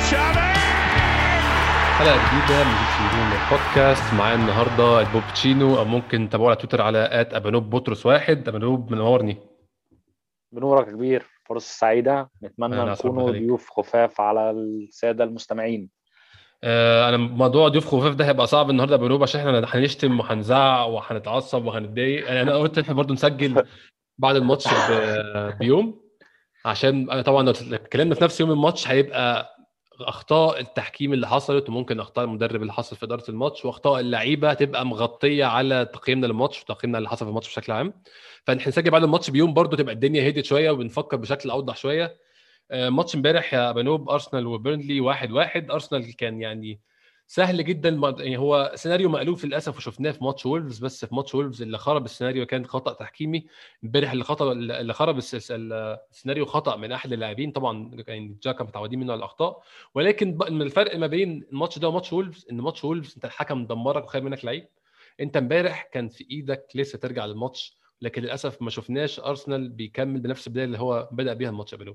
حلقة جديدة من جيبسي بودكاست. معايا النهاردة البوبتشينو، أو ممكن تتابعوه على تويتر على @أبانوب بطرس واحد. أبانوب منورني. بنورك كبير، فرصة سعيدة. نتمنى أنا أسعد نكونوا بخليك. ضيوف خفاف على السادة المستمعين. أنا موضوع ضيوف خفاف ده هيبقى صعب النهاردة يا أبانوب، عشان احنا هنشتم وهنزعق وهنتعصب وهنتضايق. يعني أنا قلت احنا برضو نسجل بعد الماتش بيوم، عشان أنا طبعا لو اتكلمنا في نفس يوم الماتش هيبقى اخطاء التحكيم اللي حصلت، وممكن اخطاء المدرب اللي حصل في اداره الماتش، واخطاء اللعيبه هتبقى مغطيه على تقييمنا للماتش وتقييمنا اللي حصل في الماتش بشكل عام. فنسجل بعد الماتش بيوم برضو تبقى الدنيا هدت شويه وبنفكر بشكل اوضح شويه. ماتش امبارح يا بنوب، ارسنال وبيرنلي 1-1. ارسنال كان يعني سهل جدا، يعني هو سيناريو مألوف للاسف وشفناه في ماتش وولفز، بس في ماتش وولفز اللي خرب السيناريو كان خطأ تحكيمي. امبارح اللي خرب السيناريو خطأ من احد اللاعبين. طبعا يعني جاكا متعودين منه على الاخطاء، ولكن من الفرق ما بين الماتش ده وماتش وولفز ان ماتش وولفز انت الحكم مدمرك وخايف منك لعيب. انت امبارح كان في ايدك لسه ترجع للماتش، لكن للاسف ما شفناش ارسنال بيكمل بنفس البدايه اللي هو بدأ بيها الماتش قبله.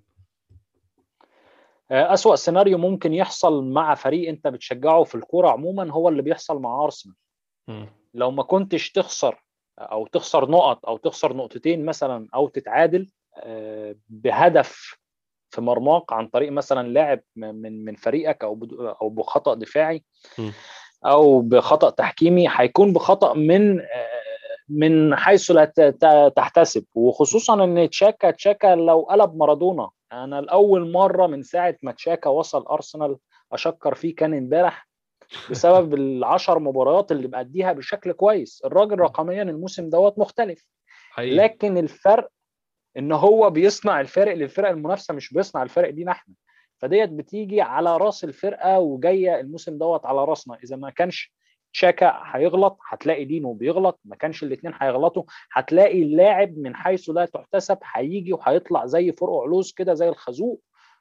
أسوأ سيناريو ممكن يحصل مع فريق أنت بتشجعه في الكورة عموما هو اللي بيحصل مع أرسنال. لو ما كنتش تخسر أو تخسر نقط أو تخسر نقطتين مثلا أو تتعادل بهدف في مرماك عن طريق مثلا لاعب من فريقك أو بخطأ دفاعي او بخطأ تحكيمي، هيكون بخطأ من حيث لا تحتسب. وخصوصا ان تشاكا لو قلب مارادونا. انا الاول مره من ساعه ما تشاكا وصل ارسنال اشكر فيه كان امبارح، بسبب العشر مباريات اللي بأديها بشكل كويس. الراجل رقميا الموسم دوت مختلف، حقيقي. لكن الفرق ان هو بيصنع الفارق للفرق المنافسه، مش بيصنع الفارق لينا احنا. فديت بتيجي على راس الفرقه، وجايه الموسم دوت على راسنا. اذا ما كانش شاكا هيغلط هتلاقي دينو بيغلط، ما كانش الاثنين هيغلطوا هتلاقي اللاعب من حيث لا تحتسب هيجي وهيطلع زي فرقع علوز كده زي الخازوق،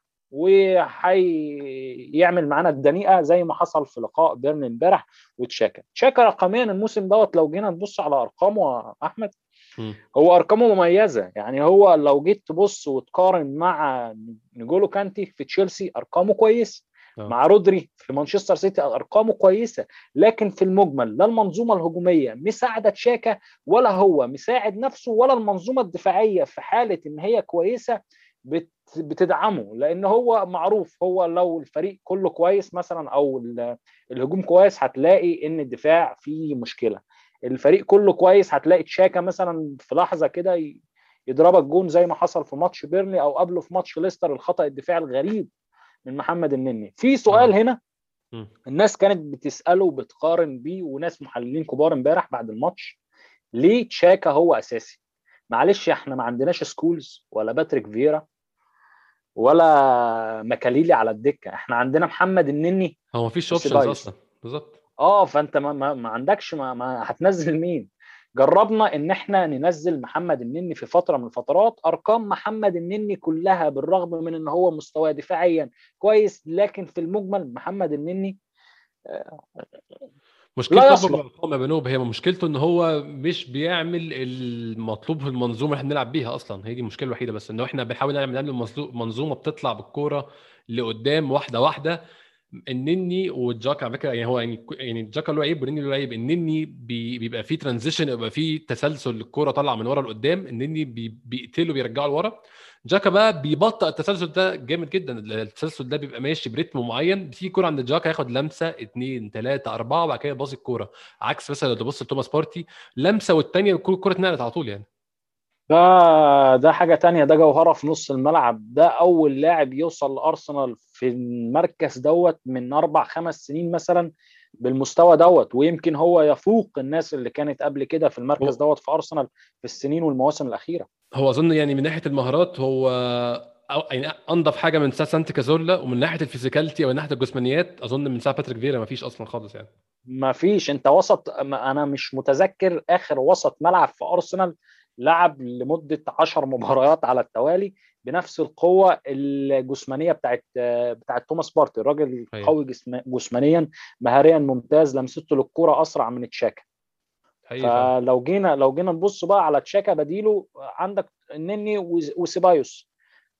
وهيعمل معانا الدنيئه زي ما حصل في لقاء بيرن امبارح. تشاكا رقميا الموسم دوت لو جينا نبص على ارقامه احمد، هو ارقامه مميزه. يعني هو لو جيت تبص وتقارن مع نيجولو كانتي في تشيلسي ارقامه كويس، مع رودري في مانشستر سيتي ارقامه كويسه، لكن في المجمل لا المنظومه الهجوميه مساعده شاكا، ولا هو مساعد نفسه، ولا المنظومه الدفاعيه في حاله ان هي كويسه بتدعمه. لان هو معروف، هو لو الفريق كله كويس مثلا او الهجوم كويس هتلاقي ان الدفاع فيه مشكله. الفريق كله كويس هتلاقي تشاكا مثلا في لحظه كده يضربك جون زي ما حصل في ماتش بيرني او قبله في ماتش ليستر، الخطأ الدفاعي الغريب من محمد النني. في سؤال هنا الناس كانت بتسأله وبتقارن بيه، وناس محللين كبار امبارح بعد الماتش: ليه تشاكا هو اساسي؟ معلش احنا ما عندناش سكولز ولا باتريك فييرا ولا مكاليلي على الدكه، احنا عندنا محمد النني هو مفيش اوبشنز اصلا. وسيبايوس. بالظبط. فانت ما عندكش، ما هتنزل مين؟ جربنا ان احنا ننزل محمد النني في فتره من الفترات، ارقام محمد النني كلها بالرغم من ان هو مستوى دفاعيا كويس، لكن في المجمل محمد النني لا مشكلته اكبر من يصلح. الارقام يا بنوب، هي مشكلته ان هو مش بيعمل المطلوب في المنظومه اللي احنا بنلعب بيها اصلا. هي دي المشكله الوحيده، بس انه احنا بنحاول نعمل منظومه بتطلع بالكوره لقدام واحده واحده. النني والجاكا على فكره، يعني هو يعني الجاكا له عيب والنني له عيب. النني بيبقى فيه ترانزيشن، يبقى فيه تسلسل للكوره طالعه من ورا لقدام، النني بيقتله بيرجعه لورا. جاكا بقى بيبطئ التسلسل ده جامد جدا. التسلسل ده بيبقى ماشي بريتم معين، بتيجي كوره عند جاكا ياخد لمسه اتنين تلاته اربعه وبعد كده يباصي الكوره. عكس مثلا لو تبص لتوماس بارتي، لمسه والتانيه الكوره اتنقلت على طول يعني. ده حاجة تانية، ده جوهرة في نص الملعب. ده أول لاعب يوصل لأرسنال في المركز دوت من 4 5 سنين مثلا بالمستوى دوت، ويمكن هو يفوق الناس اللي كانت قبل كده في المركز هو دوت في أرسنال في السنين والمواسم الأخيرة. هو اظن يعني من ناحيه المهارات هو يعني انضف حاجه من ساعه سانتي كازولا، ومن ناحيه الفيزيكاليتي او من ناحيه الجسمانيات اظن من ساعه باتريك فيرا ما فيش اصلا خالص يعني. ما فيش. انت وسط، انا مش متذكر اخر وسط ملعب في ارسنال لعب لمدة 10 مباريات على التوالي بنفس القوة الجسمانية بتاعت توماس بارتي. الراجل حقيقي. قوي جسمانيا، مهاريا ممتاز، لمسته للكرة اسرع من تشاكا. حقيقي فعلا. فلو جينا نبص بقى على تشاكا بديله، عندك النني وسيبايوس.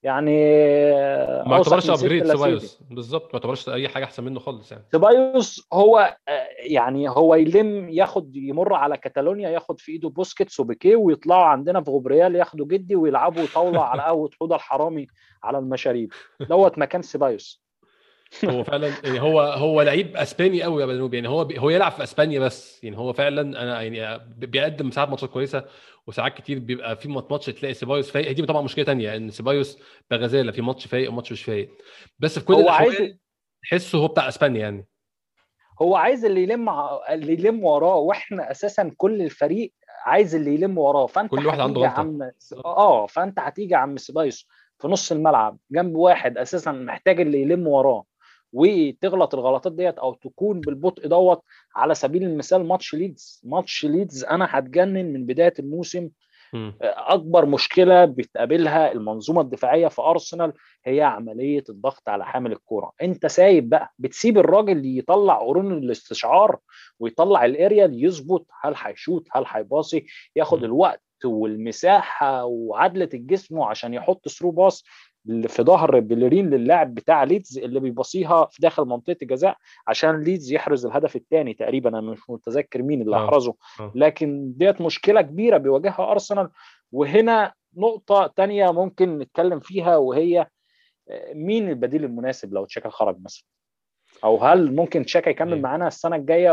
يعني ما اوسخ اعتبرش من ست ابجريد لاسيدي. سيبايوس بالظبط، ما اعتبرش اي حاجه احسن منه خالص يعني. سيبايوس هو يعني هو يلم ياخد يمر على كاتالونيا، ياخد في ايده بوسكيتس وبيكيه ويطلعوا عندنا في غبريال ياخدوا جدي ويلعبوا طاوله على قهوه حوضه الحرامي على المشاريب. دوت مكان سيبايوس. هو فعلا يعني هو لعيب اسباني قوي يا بنوب، يعني هو يلعب في اسبانيا بس، يعني هو فعلا انا يعني بيقدم ساعات ماتشات كويسه، وساعات كتير بيبقى في ماتش تلاقي سيبايوس فايق. دي طبعا مشكله تانية ان سيبايوس بغزاله في ماتش فايق وماتش مش فايق، بس في كل هو عايز الاحوال تحسه هو بتاع اسبانيا يعني. هو عايز اللي يلم وراه، واحنا اساسا كل الفريق عايز اللي يلم وراه. فانت كل واحد عنده هتيجي يا غلطه. عم فانت هتيجي يا عم سيبايوس في نص الملعب جنب واحد اساسا محتاج اللي يلم وراه، وتغلط الغلطات ديت او تكون بالبطء دوت. على سبيل المثال ماتش ليدز انا هتجنن من بدايه الموسم. امم. اكبر مشكله بتقابلها المنظومه الدفاعيه في ارسنال هي عمليه الضغط على حامل الكره. انت سايب بقى، بتسيب الراجل يطلع قرون الاستشعار ويطلع الاريال يظبط، هل هيشوط هل هيباصي، ياخد الوقت والمساحه وعدله الجسم عشان يحط ثرو باص في ظهر بلرين للاعب بتاع ليدز اللي بيباصيها في داخل منطقه الجزاء عشان ليدز يحرز الهدف الثاني تقريبا. انا مش متذكر مين اللي اه. احرزه، اه. لكن ديت مشكله كبيره بيواجهها ارسنال. وهنا نقطة تانية ممكن نتكلم فيها، وهي مين البديل المناسب لو تشاكا خرج مثلا، او هل ممكن تشاكا يكمل ايوه. معانا السنة الجاية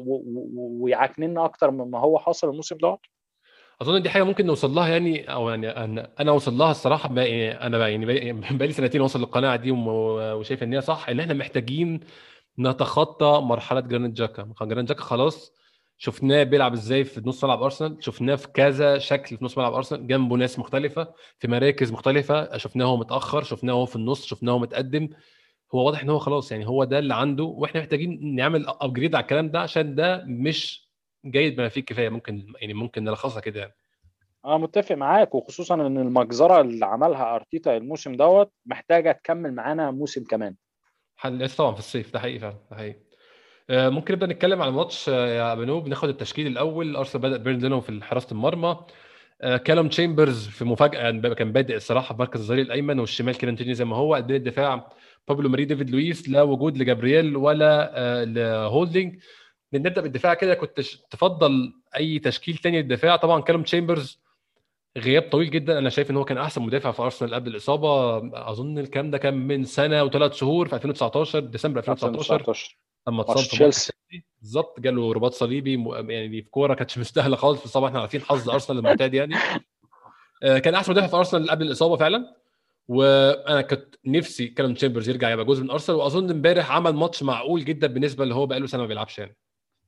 ويعكننا اكتر مما هو حاصل الموسم ده. اظن دي حاجه ممكن نوصل لها يعني، او يعني انا اوصل لها الصراحه يعني انا يعني بقالي سنتين اوصل للقناعه دي وشايف ان هي صح، ان احنا محتاجين نتخطى مرحله جرانيت جاكا. جرانيت جاكا خلاص شفناه بيلعب ازاي في نص ملعب ارسنال، شفناه في كذا شكل في نص ملعب ارسنال جنبه ناس مختلفه في مراكز مختلفه، شفناه هو متاخر، شفناه هو في النص، شفناه هو متقدم. هو واضح ان هو خلاص يعني هو ده اللي عنده، واحنا محتاجين نعمل ابجريد على الكلام ده عشان ده مش جيد بما فيه الكفايه. ممكن يعني ممكن نلخصها كده يعني. انا متفق معاك، وخصوصا ان المجزرة اللي عملها ارتيتا الموسم دوت محتاجة تكمل معانا موسم كمان. حل طبعا في الصيف، ده حقيقي فعلا، ده حقيقي. ممكن نبدا نتكلم على الماتش يا بنوب. ناخد التشكيل الاول. ارسنال بدا بيرن في حراسه المرمى. كالوم تشامبرز في مفاجاه يعني كان بادئ الصراحه في مركز الظهير الايمن، والشمال كيرانتيني زي ما هو. قلبين الدفاع بابلو ماري ديفيد لويس، لا وجود لجابرييل ولا لهولدنج. نبدا بالدفاع كده. كنت تفضل اي تشكيل تاني للدفاع؟ طبعا كالوم تشامبرز غياب طويل جدا، انا شايف ان هو كان احسن مدافع في ارسنال قبل الاصابه. اظن الكلام ده كان من سنه وثلاث شهور في 2019 ديسمبر 2019 2019 لما اتصاب ماتش في ماتش تشيلسي. تشيلسي بالظبط. جاله رباط صليبي يعني في كوره كانتش مستاهله خالص في الصباح. احنا عارفين حظ ارسنال المعتاد يعني. كان احسن مدافع في ارسنال قبل الاصابه فعلا. وانا كنت نفسي كالوم تشامبرز يرجع يبقى جزء من ارسنال، واظن امبارح عمل ماتش معقول جدا بالنسبه اللي هو بقاله سنه ما بيلعبش يعني.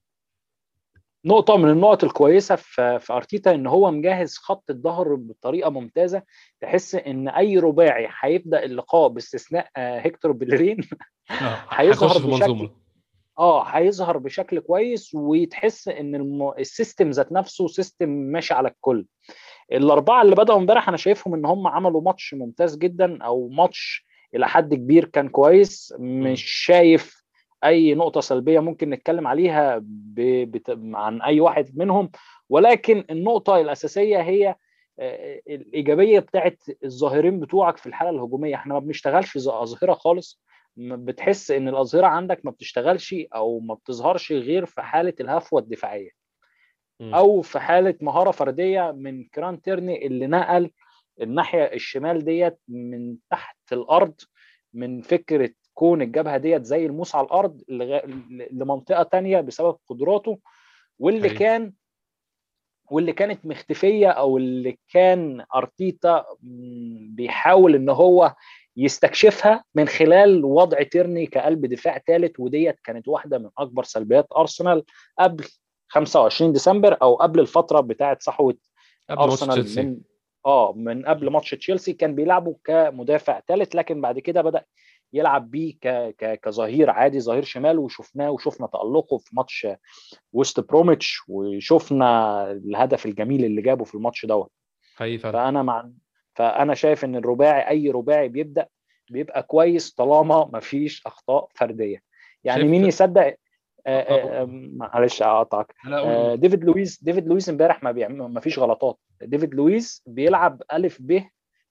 نقطة من النقط الكويسة في أرتيتا إن هو مجهز خط الظهر بطريقة ممتازة. تحس إن أي رباعي هيبدأ اللقاء باستثناء هيكتور بيلرين هيظهر هيخش في بشكل المنظومه. هيظهر بشكل كويس، وتحس إن السيستم ذات نفسه سيستم ماشي على الكل. الأربعة اللي بدأوا امبارح أنا شايفهم إن هم عملوا ماتش ممتاز جدا، أو ماتش إلى حد كبير كان كويس. مش شايف أي نقطة سلبية ممكن نتكلم عليها عن أي واحد منهم. ولكن النقطة الأساسية هي الإيجابية بتاعت الظاهرين بتوعك في الحالة الهجومية. احنا ما بنشتغلش أظهرة خالص. بتحس إن الأظهرة عندك ما بتشتغلش أو ما بتظهرش غير في حالة الهفوة الدفاعية، مم. او في حاله مهاره فرديه من كران تيرني اللي نقل الناحيه الشمال ديت من تحت الارض، من فكره كون الجبهه ديت زي الموس على الارض لمنطقه تانية بسبب قدراته. واللي حقيقي. كان واللي كانت مختفيه، او اللي كان ارتيتا بيحاول ان هو يستكشفها من خلال وضع تيرني كقلب دفاع ثالث. وديت كانت واحده من اكبر سلبيات ارسنال قبل 25 ديسمبر، او قبل الفتره بتاعه صحوه قبل ماتش ارسنال تشيلسي. من قبل ماتش تشيلسي كان بيلعبه كمدافع ثالث، لكن بعد كده بدأ يلعب بيه كظهير عادي، ظهير شمال. وشفنا تألقه في ماتش وست بروميتش، وشفنا الهدف الجميل اللي جابه في الماتش دوت. حقيقي فعلا. فانا مع فانا شايف ان اي رباعي بيبقى كويس طالما ما فيش اخطاء فرديه. يعني شايف. مين يصدق قول. معلش اقطعك. لا قول. ديفيد لويس امبارح ما فيش غلطات. ديفيد لويس بيلعب الف ب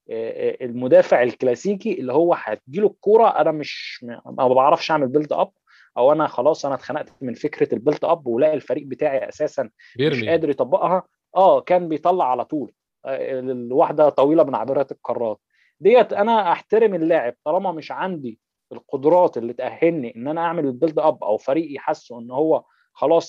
المدافع الكلاسيكي اللي هو هتجيله الكوره انا مش ما بعرفش اعمل بيلد اب، او انا خلاص انا اتخنقت من فكره البيلد اب ولاقي الفريق بتاعي اساسا مش بيرمي. قادر يطبقها. كان بيطلع على طول الواحده طويله من عابرات القارات ديت. انا احترم اللاعب طالما مش عندي القدرات اللي تأهلني ان انا اعمل البيلد اب، او فريق يحسه ان هو خلاص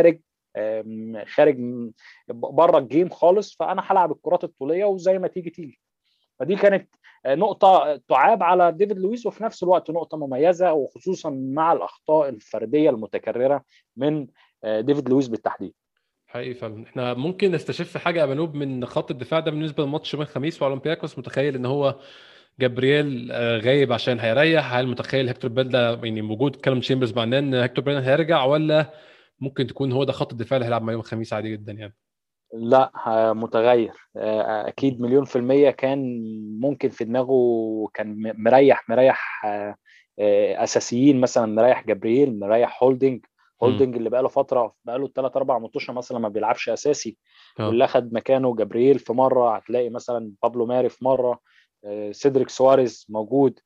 خارج بره الجيم خالص، فانا هلعب الكرات الطوليه وزي ما تيجي تيجي. فدي كانت نقطة تعاب على ديفيد لويس، وفي نفس الوقت نقطة مميزة، وخصوصا مع الأخطاء الفردية المتكررة من ديفيد لويس بالتحديد. حقيقي فعلا احنا ممكن نستشف حاجه يا بنوب من خط الدفاع ده بالنسبه للماتش يوم الخميس في اولمبياكوس. متخيل ان هو جابرييل غايب عشان هيريح؟ هل متخيل هيكتور بيلدا يعني وجود كالوم تشامبرز معناه ان هيكتور بيلدا هيرجع، ولا ممكن تكون هو ده خط الدفاع اللي هيلعب مع يوم الخميس عادي جدا يعني؟ لا، متغير. أكيد مليون في المية. كان ممكن في دماغه كان مريح أساسيين، مثلا مريح جابرييل، مريح امم. هولدنج اللي بقاله فترة، بقاله 3 4 ماتشات مثلا ما بيلعبش أساسي، اه. واللي أخد مكانه جابرييل في مرة، هتلاقي مثلا بابلو ماري في مرة، سيدريك سواريز موجود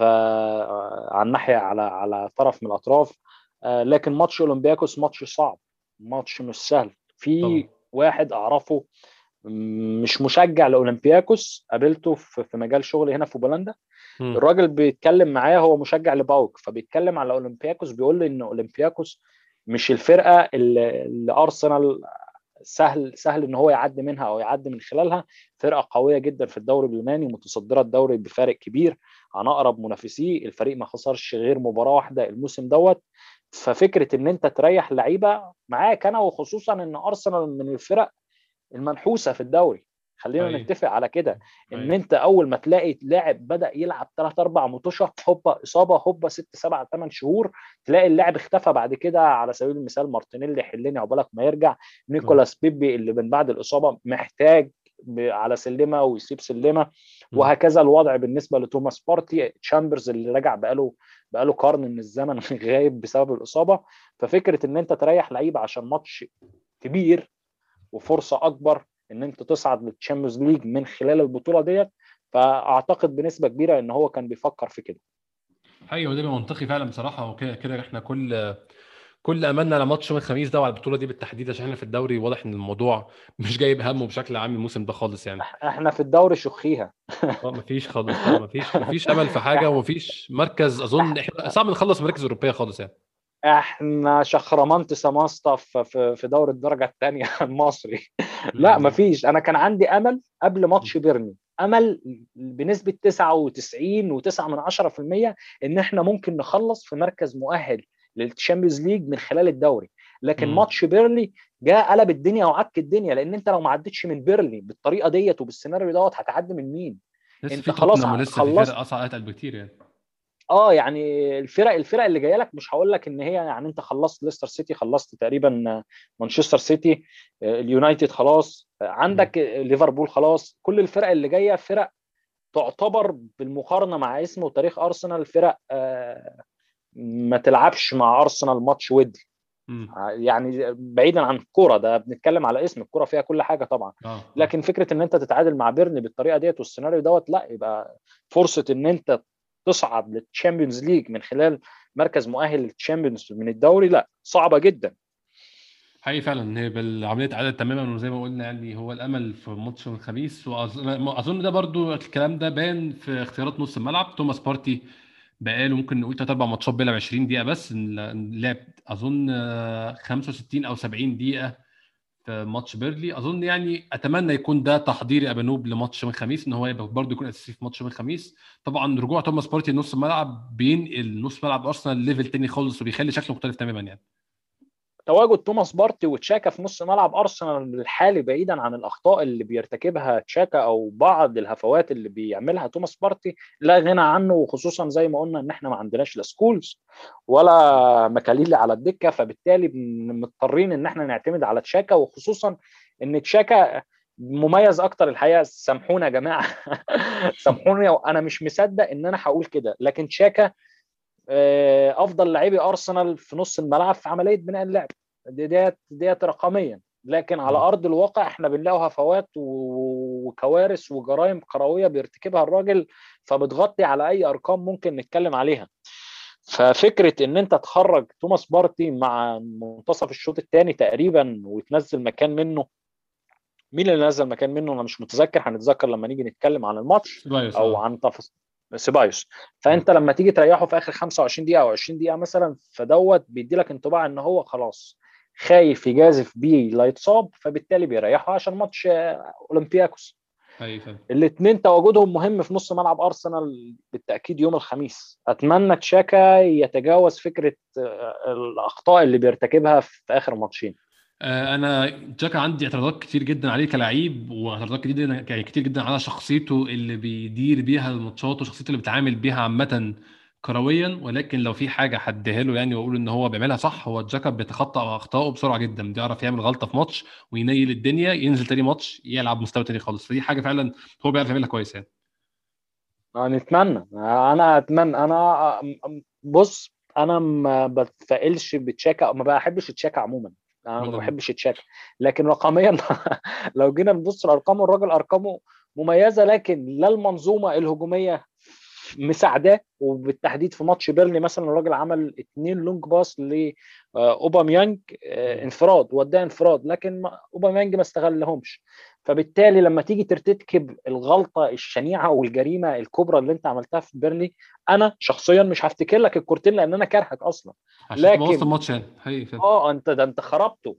على الناحية، على طرف من الأطراف. لكن ماتش أولمبياكوس ماتش صعب، ماتش مش سهل. طبعا. في واحد اعرفه مش مشجع لاولمبياكوس، قابلته في مجال شغلي هنا في بولندا. امم. الراجل بيتكلم معايا، هو مشجع لباوك، فبيتكلم على اولمبياكوس، بيقول لي ان اولمبياكوس مش الفرقه اللي ارسنال سهل ان هو يعدي منها او يعدي من خلالها. فرقه قويه جدا في الدوري اليوناني، متصدره الدوري بفارق كبير عن اقرب منافسيه. الفريق ما خسرش غير مباراه واحده الموسم دوت. ففكره ان انت تريح لعيبه معاك انا، وخصوصا ان ارسنال من الفرق المنحوسه في الدوري، خلينا حقيقي. نتفق على كده. ان حقيقي. انت اول ما تلاقي لاعب بدا يلعب 3 4 ماتشات، هوبا اصابه، هوبا 6 7 8 شهور تلاقي اللاعب اختفى بعد كده. على سبيل المثال مارتينيلي، حلني عقبالك ما يرجع. اه. نيكولاس بيبي اللي من بعد الاصابه محتاج على سلمه ويسيب سلمه. امم. وهكذا الوضع بالنسبه لتوماس بارتي، تشامبرز اللي رجع بقاله قرن من الزمن غايب بسبب الاصابه. ففكره ان انت تريح لعيبه عشان ماتش كبير وفرصه اكبر ان انت تصعد للتشامبيونز ليج من خلال البطوله ديت، فاعتقد بنسبه كبيره ان هو كان بيفكر في كده. حقيقي، وده بيبقى منطقي فعلا بصراحه. وكده كده احنا كل املنا على ماتش يوم الخميس ده وعلى البطوله دي بالتحديد، عشان احنا في الدوري واضح ان الموضوع مش جايب همه بشكل عام الموسم ده خالص يعني. احنا في الدوري شخيها. اه مفيش خالص، لا مفيش امل في حاجه، ومفيش مركز. اظن احنا صعب نخلص مراكز اوروبيه خالص يعني. احنا شخرمنت سماسطة في دوري الدرجه الثانيه المصري. لا يعني. مفيش. انا كان عندي امل قبل ماتش بيرني، امل بنسبه 99.9% ان احنا ممكن نخلص في مركز مؤهل للتشامبيونز ليج من خلال الدوري. لكن امم. ماتش بيرلي جاء قلب الدنيا وعك الدنيا، لان انت لو ما عدتش من بيرلي بالطريقه ديت وبالسيناريو دوت هتعدي من مين؟ لسه انت في خلاص توتنهام ولسه في فرق خلصت. اصعب اتقل بكتير يعني. يعني الفرق اللي جايه لك، مش هقول لك ان هي يعني انت خلصت ليستر سيتي، خلصت تقريبا مانشستر سيتي، اليونايتد خلاص، مم. عندك ليفربول خلاص. كل الفرق اللي جايه فرق تعتبر بالمقارنه مع اسم وتاريخ ارسنال فرق ما تلعبش مع ارسنال ماتش ودي. مم. يعني بعيدا عن الكوره، ده بنتكلم على اسم الكوره فيها كل حاجه طبعا. اه. اه. لكن فكره ان انت تتعادل مع بيرني بالطريقه ديت والسيناريو دوت، لا، يبقى فرصه ان انت تصعد للتشامبيونز ليج من خلال مركز مؤهل للتشامبيونز من الدوري، لا، صعبه جدا. حقيقي فعلا هي بالعمليه عدد تماما، وزي ما قلنا يعني هو الامل في ماتش الخميس. واظن ده برضو الكلام ده بان في اختيارات نص الملعب. توماس بارتي بقاله ممكن نقول 3 4 ماتشات بيلعب 20 دقيقه بس. لعب اظن 65 او 70 دقيقه في ماتش بيرلي اظن. يعني اتمنى يكون ده تحضير يا بنوب لماتش يوم الخميس، ان هو يبقى برضه يكون اساسي في ماتش يوم الخميس. طبعا رجوع توماس بارتي لنص الملعب بينقل نص ملعب ارسنال ليفل تاني خالص، وبيخلي شكله مختلف تماما يعني. تواجد توماس بارتي وتشاكا في نص ملعب ارسنال الحالي، بعيدا عن الاخطاء اللي بيرتكبها تشاكا او بعض الهفوات اللي بيعملها توماس بارتي، لا غنى عنه. وخصوصا زي ما قلنا ان احنا ما عندناش لا سكولز ولا مكاليلي على الدكه، فبالتالي مضطرين ان احنا نعتمد على تشاكا. وخصوصا ان تشاكا مميز اكتر الحقيقه. سامحونا يا جماعه. سامحوني، انا مش مصدق ان انا هقول كده، لكن تشاكا افضل لاعبي ارسنال في نص الملعب في عمليه بناء اللعب ديت رقميا. لكن على ارض الواقع احنا بنلاقوا هفوات وكوارث وجرائم كرويه بيرتكبها الراجل، فبتغطي على اي ارقام ممكن نتكلم عليها. ففكره ان انت تخرج توماس بارتي مع منتصف الشوط الثاني تقريبا وتنزل مكان منه، مين اللي نزل مكان منه انا مش متذكر، هنتذكر لما نيجي نتكلم عن الماتش سيبايوس او عن سيبايوس. فانت لما تيجي تريحه في اخر 25 دقيقه او 20 دقيقه مثلا، فدوت بيدي لك انطباع ان هو خلاص خايف يجازف بيه لا يتصاب، فبالتالي بيريحه عشان ماتش اولمبياكوس. ايوه. الاثنين تواجدهم مهم في نص ملعب ارسنال بالتاكيد يوم الخميس. اتمنى تشاكا يتجاوز فكره الاخطاء اللي بيرتكبها في اخر ماتشين. انا جاكا عندي اعتراضات كتير جدا عليه كلاعب، واعتراضات كتير جدا يعني كتير جدا على شخصيته اللي بيدير بيها الماتشات وشخصيته اللي بيتعامل بيها عامه كرويا. ولكن لو في حاجه هديها له يعني واقول ان هو بيعملها صح، هو جاكا بيتخطى اخطائه بسرعه جدا، بيعرف يعمل غلطه في ماتش وينيل الدنيا، ينزل تاني ماتش يلعب مستوى تاني خالص. فدي حاجه فعلا هو بيعرف يعملها كويس يعني. نتمنى، انا اتمنى. انا بص، انا ما بتفائلش بتشاكا، ما بحبش تشاكا عموما، انا ما ولا بحبش تشاكا. لكن رقميا لو جينا نبص لارقامه، الراجل ارقامه مميزه، لكن لا المنظومه الهجوميه مساعداه. وبالتحديد في ماتش بيرلي مثلا الراجل عمل 2 لونج باس لاوباميانج، انفراد وداه انفراد، لكن اوباميانج ما استغلهمش. فبالتالي لما تيجي ترتكب الغلطه الشنيعه والجريمه الكبرى اللي انت عملتها في بيرلي، انا شخصيا مش هفتكر لك الكورتين لان انا كارهك اصلا. عشان انت بوظت لكن الماتش يعني حقيقي فعلا. انت خربته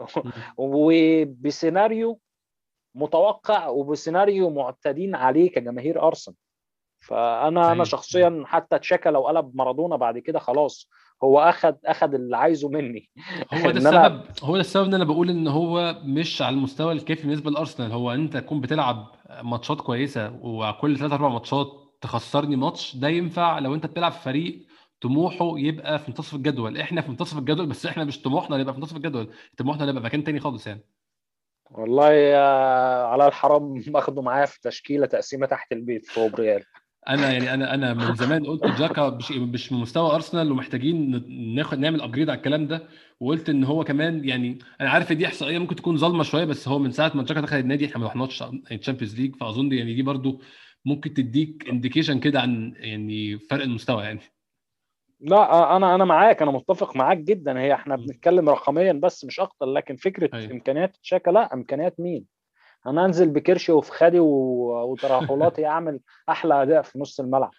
وبسيناريو متوقع وبسيناريو معتادين عليه كجماهير ارسنال. فانا حقيقي. شخصيا حتى تشاكا لو قلب مارادونا بعد كده خلاص، هو اخد اللي عايزه مني. هو ده ان انا السبب، هو ده السبب ان انا بقول ان هو مش على المستوى الكافي بالنسبه لارسنال. هو انت تكون بتلعب ماتشات كويسه وكل 3 4 ماتشات تخسرني ماتش، ده ينفع لو انت بتلعب في فريق طموحه يبقى في منتصف الجدول. احنا في منتصف الجدول، بس احنا مش طموحنا نبقى في منتصف الجدول، طموحنا نبقى مكان تاني خالص يعني. والله على الحرام اخده معايا في تشكيله تقسيمه تحت البيت في اوبريال. انا من زمان قلت جاكا مش من مستوى ارسنال، ومحتاجين ناخد نعمل ابجريد على الكلام ده. وقلت ان هو كمان يعني، انا عارف إن دي احصائيه ممكن تكون ظالمه شويه، بس هو من ساعه ما جاكا دخل النادي احنا ما رحناش الشامبيونز ليج، فاظن يعني دي برضو ممكن تديك انديكيشن كده عن يعني فرق المستوى يعني. لا انا معاك، انا متفق معاك جدا. هي احنا بنتكلم رقميا بس مش اكتر، لكن فكره ايوه. امكانيات تشاكا، لا امكانيات مين؟ انا انزل بكرشي وفخادي وترهلاتي اعمل احلى اداء في نص الملعب.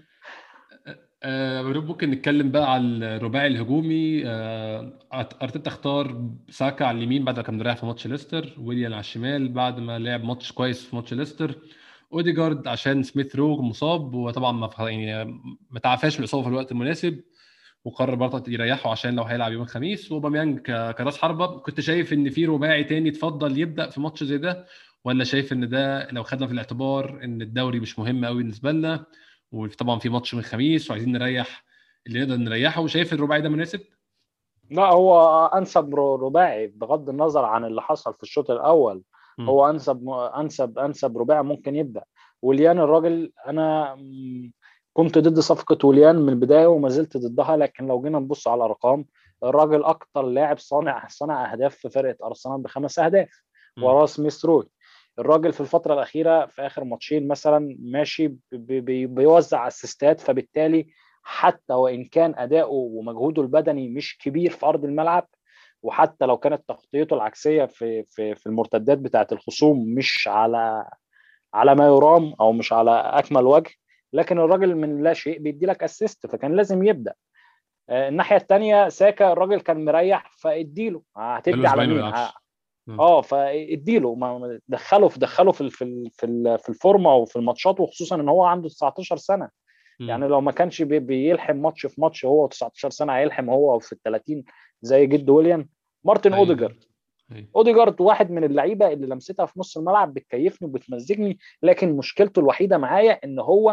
ممكن نتكلم بقى على الرباعي الهجومي. ارتيتا اختار ساكا على اليمين بعد ما كان مريح في ماتش ليستر، ويليان على الشمال بعد ما لعب ماتش كويس في ماتش ليستر، اوديجارد عشان سميث رو مصاب وطبعا يعني ما تعافاش من الاصابه في الوقت المناسب، وقرر برضه يريحه عشان لو هيلعب يوم الخميس. واوباميانج كراس حربه. كنت شايف ان في رباعي تاني تفضل يبدا في ماتش زي ده، ولا شايف ان ده لو خدنا في الاعتبار ان الدوري مش مهم قوي بالنسبه لنا، وطبعا في ماتش من الخميس وعايزين نريح اللي نقدر نريحه، وشايف الرباعي ده مناسب؟ لا هو انسب رباعي بغض النظر عن اللي حصل في الشوط الاول. مم. هو انسب رباعي ممكن يبدا. وليان الراجل، انا كنت ضد صفقه وليان من البدايه وما زلت ضدها، لكن لو جينا نبص على الارقام، الراجل اكتر لاعب صانع اهداف في فرقه ارسنال ب5 اهداف مم. وراه سميث روي. الراجل في الفتره الاخيره في اخر ماتشين مثلا ماشي بيوزع اسيستات، فبالتالي حتى وان كان اداؤه ومجهوده البدني مش كبير في ارض الملعب، وحتى لو كانت تغطيته العكسيه في المرتدات بتاعه الخصوم مش على ما يرام او مش على اكمل وجه، لكن الراجل من لا شيء بيدي لك اسيست، فكان لازم يبدا. الناحيه الثانيه ساكا الراجل كان مريح، فاديله بقاله هتدي على اسبوعين ما مين؟ بيلعبش. مم. فاديله دخله في الفورمه وفي الماتشات، وخصوصا ان هو عنده 19 سنه. مم. يعني لو ما كانش بيلحم ماتش في ماتش هو 19 سنه، هيلحم هو في ال 30 زي جد ويليام. مارتن ايوه. اوديجارد، ايوه. اوديجارد واحد من اللعيبه اللي لمستها في نص الملعب بتكيفني وبتمزجني، لكن مشكلته الوحيده معايا ان هو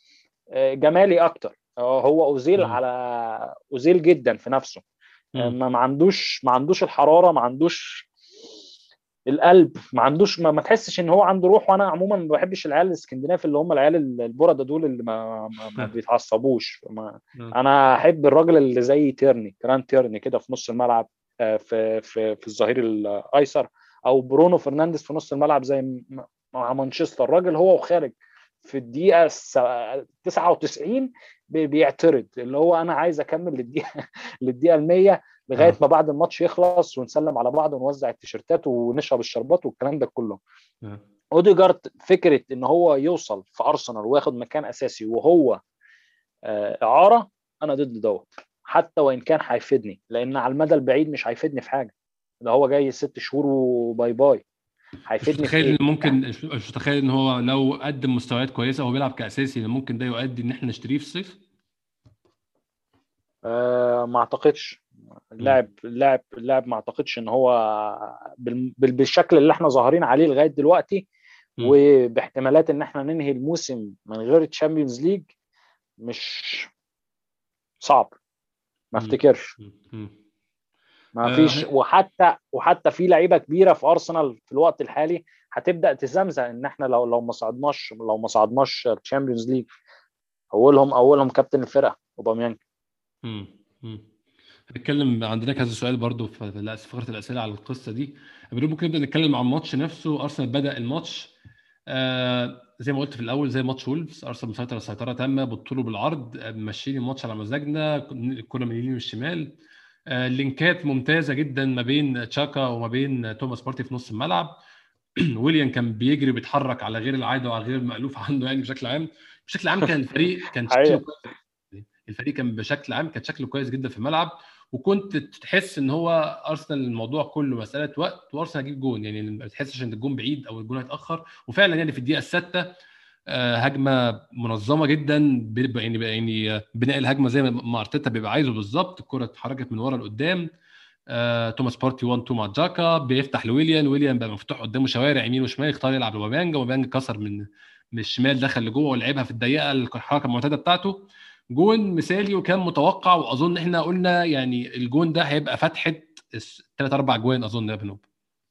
جمالي اكتر. هو اوزيل مم. على اوزيل جدا في نفسه. مم. ما عندوش الحراره، ما عندوش القلب، ما عندوش ما تحسش ان هو عنده روح. وانا عموما ما بحبش العيال الاسكندناف اللي هم العيال البرده دول اللي ما بيتعصبوش. مم. انا احب الراجل اللي زي كران تيرني كده في نص الملعب، في الظهير الايسر، او برونو فرنانديز في نص الملعب زي مع مانشستر. الراجل هو وخارج في الدقيقه 99 بيعترض، اللي هو انا عايز اكمل للدقيقه 100 لغايه ما بعد الماتش يخلص ونسلم على بعض ونوزع التيشيرتات ونشرب الشربات والكلام ده كله. اوديجارد فكره ان هو يوصل في ارسنال وياخد مكان اساسي وهو اعاره، انا ضد دوت، حتى وان كان هيفيدني، لان على المدى البعيد مش هيفيدني في حاجه، ده هو جاي 6 شهور وباي باي، مش هيفيدني في متخيل ان ايه ممكن، يعني؟ مش متخيل ان هو لو قدم مستويات كويسه وهو بيلعب كاساسي ممكن ده يؤدي ان احنا نشتريه في الصيف. ما اعتقدش. مم. اللاعب ما اعتقدش ان هو بالشكل اللي احنا ظاهرين عليه لغايه دلوقتي، مم. وباحتمالات ان احنا ننهي الموسم من غير تشامبيونز ليج، مش صعب، ما مم. افتكرش. مم. ما فيش. وحتى في لعيبه كبيره في ارسنال في الوقت الحالي هتبدا تزمزم ان احنا لو ما صعدناش تشامبيونز ليج. اولهم كابتن الفرقه اوباميانج. مم. مم. هنتكلم، عندنا كذا سؤال برضو في فقره الاسئله على القصه دي. ممكن نبدا نتكلم عن الماتش نفسه. ارسنال بدا الماتش زي ما قلت في الاول زي ماتش وولفز، ارسنال مسيطر سيطره تامه بالطول وبالعرض، ماشيين الماتش على مزاجنا، الكره من اليمين والشمال، اللينكات ممتازه جدا ما بين تشاكا وما بين توماس بارتي في نص الملعب. ويليام كان بيجري بيتحرك على غير العاده وعلى غير المألوف عنه، يعني بشكل عام كان الفريق كان شكله حقيقة. كويس. الفريق كان بشكل عام كان شكله كويس جدا في الملعب، وكنت تحس ان هو ارسنال الموضوع كله مساله وقت وارسنال هيجيب جون، يعني ما بتحسش ان الجون بعيد او الجون هيتاخر. وفعلا يعني في الدقيقه السادسه هجمه منظمه جدا، يعني بناء الهجمه زي ما ارتيتا بيبقى عايزه بالظبط. الكره اتحركت من ورا لقدام، توماس بارتي 1 2 مع جاكا، بيفتح ويليام بقى مفتوح قدامه شوارع يمين وشمال، يختار يلعب لوباميانج كسر من الشمال دخل لجوه ولعبها في الضيقه الحركه المعتاده بتاعته. جون مثالي وكان متوقع، واظن احنا قلنا يعني الجون ده هيبقى فتحه 3 4 جوان اظن يا بنوب.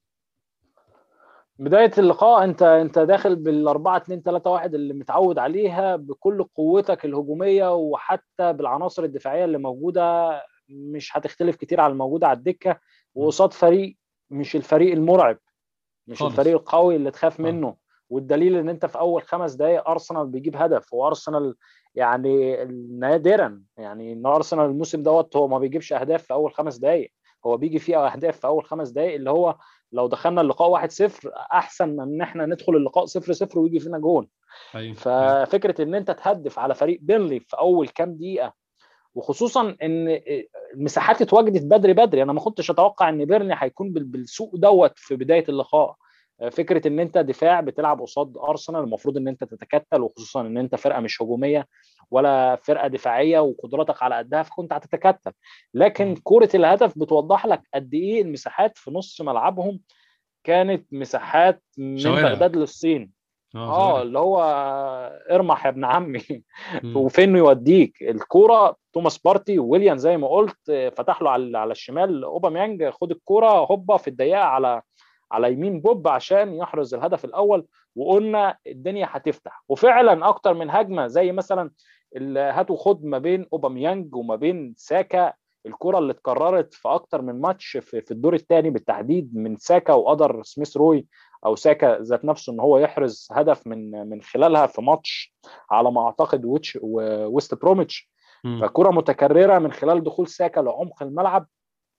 بداية اللقاء انت داخل بال4-2-3-1 اللي متعود عليها بكل قوتك الهجومية، وحتى بالعناصر الدفاعية اللي موجودة مش هتختلف كتير على الموجودة على الدكة، وقصاد فريق مش الفريق المرعب، مش خالص. الفريق القوي اللي تخاف اه. منه. والدليل ان انت في اول 5 دقائق ارسنال بيجيب هدف، وارسنال يعني نادرا، يعني ان ارسنال الموسم دوت هو ما بيجيبش اهداف في اول 5 دقائق، هو بيجي فيه اهداف في اول 5 دقائق، اللي هو لو دخلنا اللقاء 1-0 احسن من ان احنا ندخل اللقاء 0-0 ويجي فينا جون. ايوه ايوه. ففكره ان انت تهدف على فريق بيرلي في اول كام دقيقه، وخصوصا ان المساحات اتواجدت بدري بدري، انا ما كنتش اتوقع ان بيرني هيكون بالسوء دوت في بدايه اللقاء. فكره ان انت دفاع بتلعب قصاد ارسنال، المفروض ان انت تتكتل، وخصوصا ان انت فرقه مش هجوميه ولا فرقه دفاعيه وقدراتك على قدها، فكنت هتتكتل. لكن كره الهدف بتوضح لك قد ايه المساحات في نص ملعبهم كانت مساحات من شوارع. بغداد للصين. اه شوارع. اللي هو ارمح يا ابن عمي. مم. وفين يوديك الكوره؟ توماس بارتي وويليام زي ما قلت فتح له على الشمال اوباميانج، خد الكوره هوبا في الضيقه على يمين بوب عشان يحرز الهدف الاول، وقلنا الدنيا هتفتح. وفعلا اكتر من هجمه زي مثلا هات وخد ما بين اوباميانج وما بين ساكا، الكرة اللي اتكررت في اكتر من ماتش في الدور الثاني بالتحديد من ساكا وقدر سميث روي او ساكا ذات نفسه ان هو يحرز هدف من خلالها في ماتش على ما اعتقد ويست بروميتش. مم. فكرة متكررة من خلال دخول ساكا لعمق الملعب،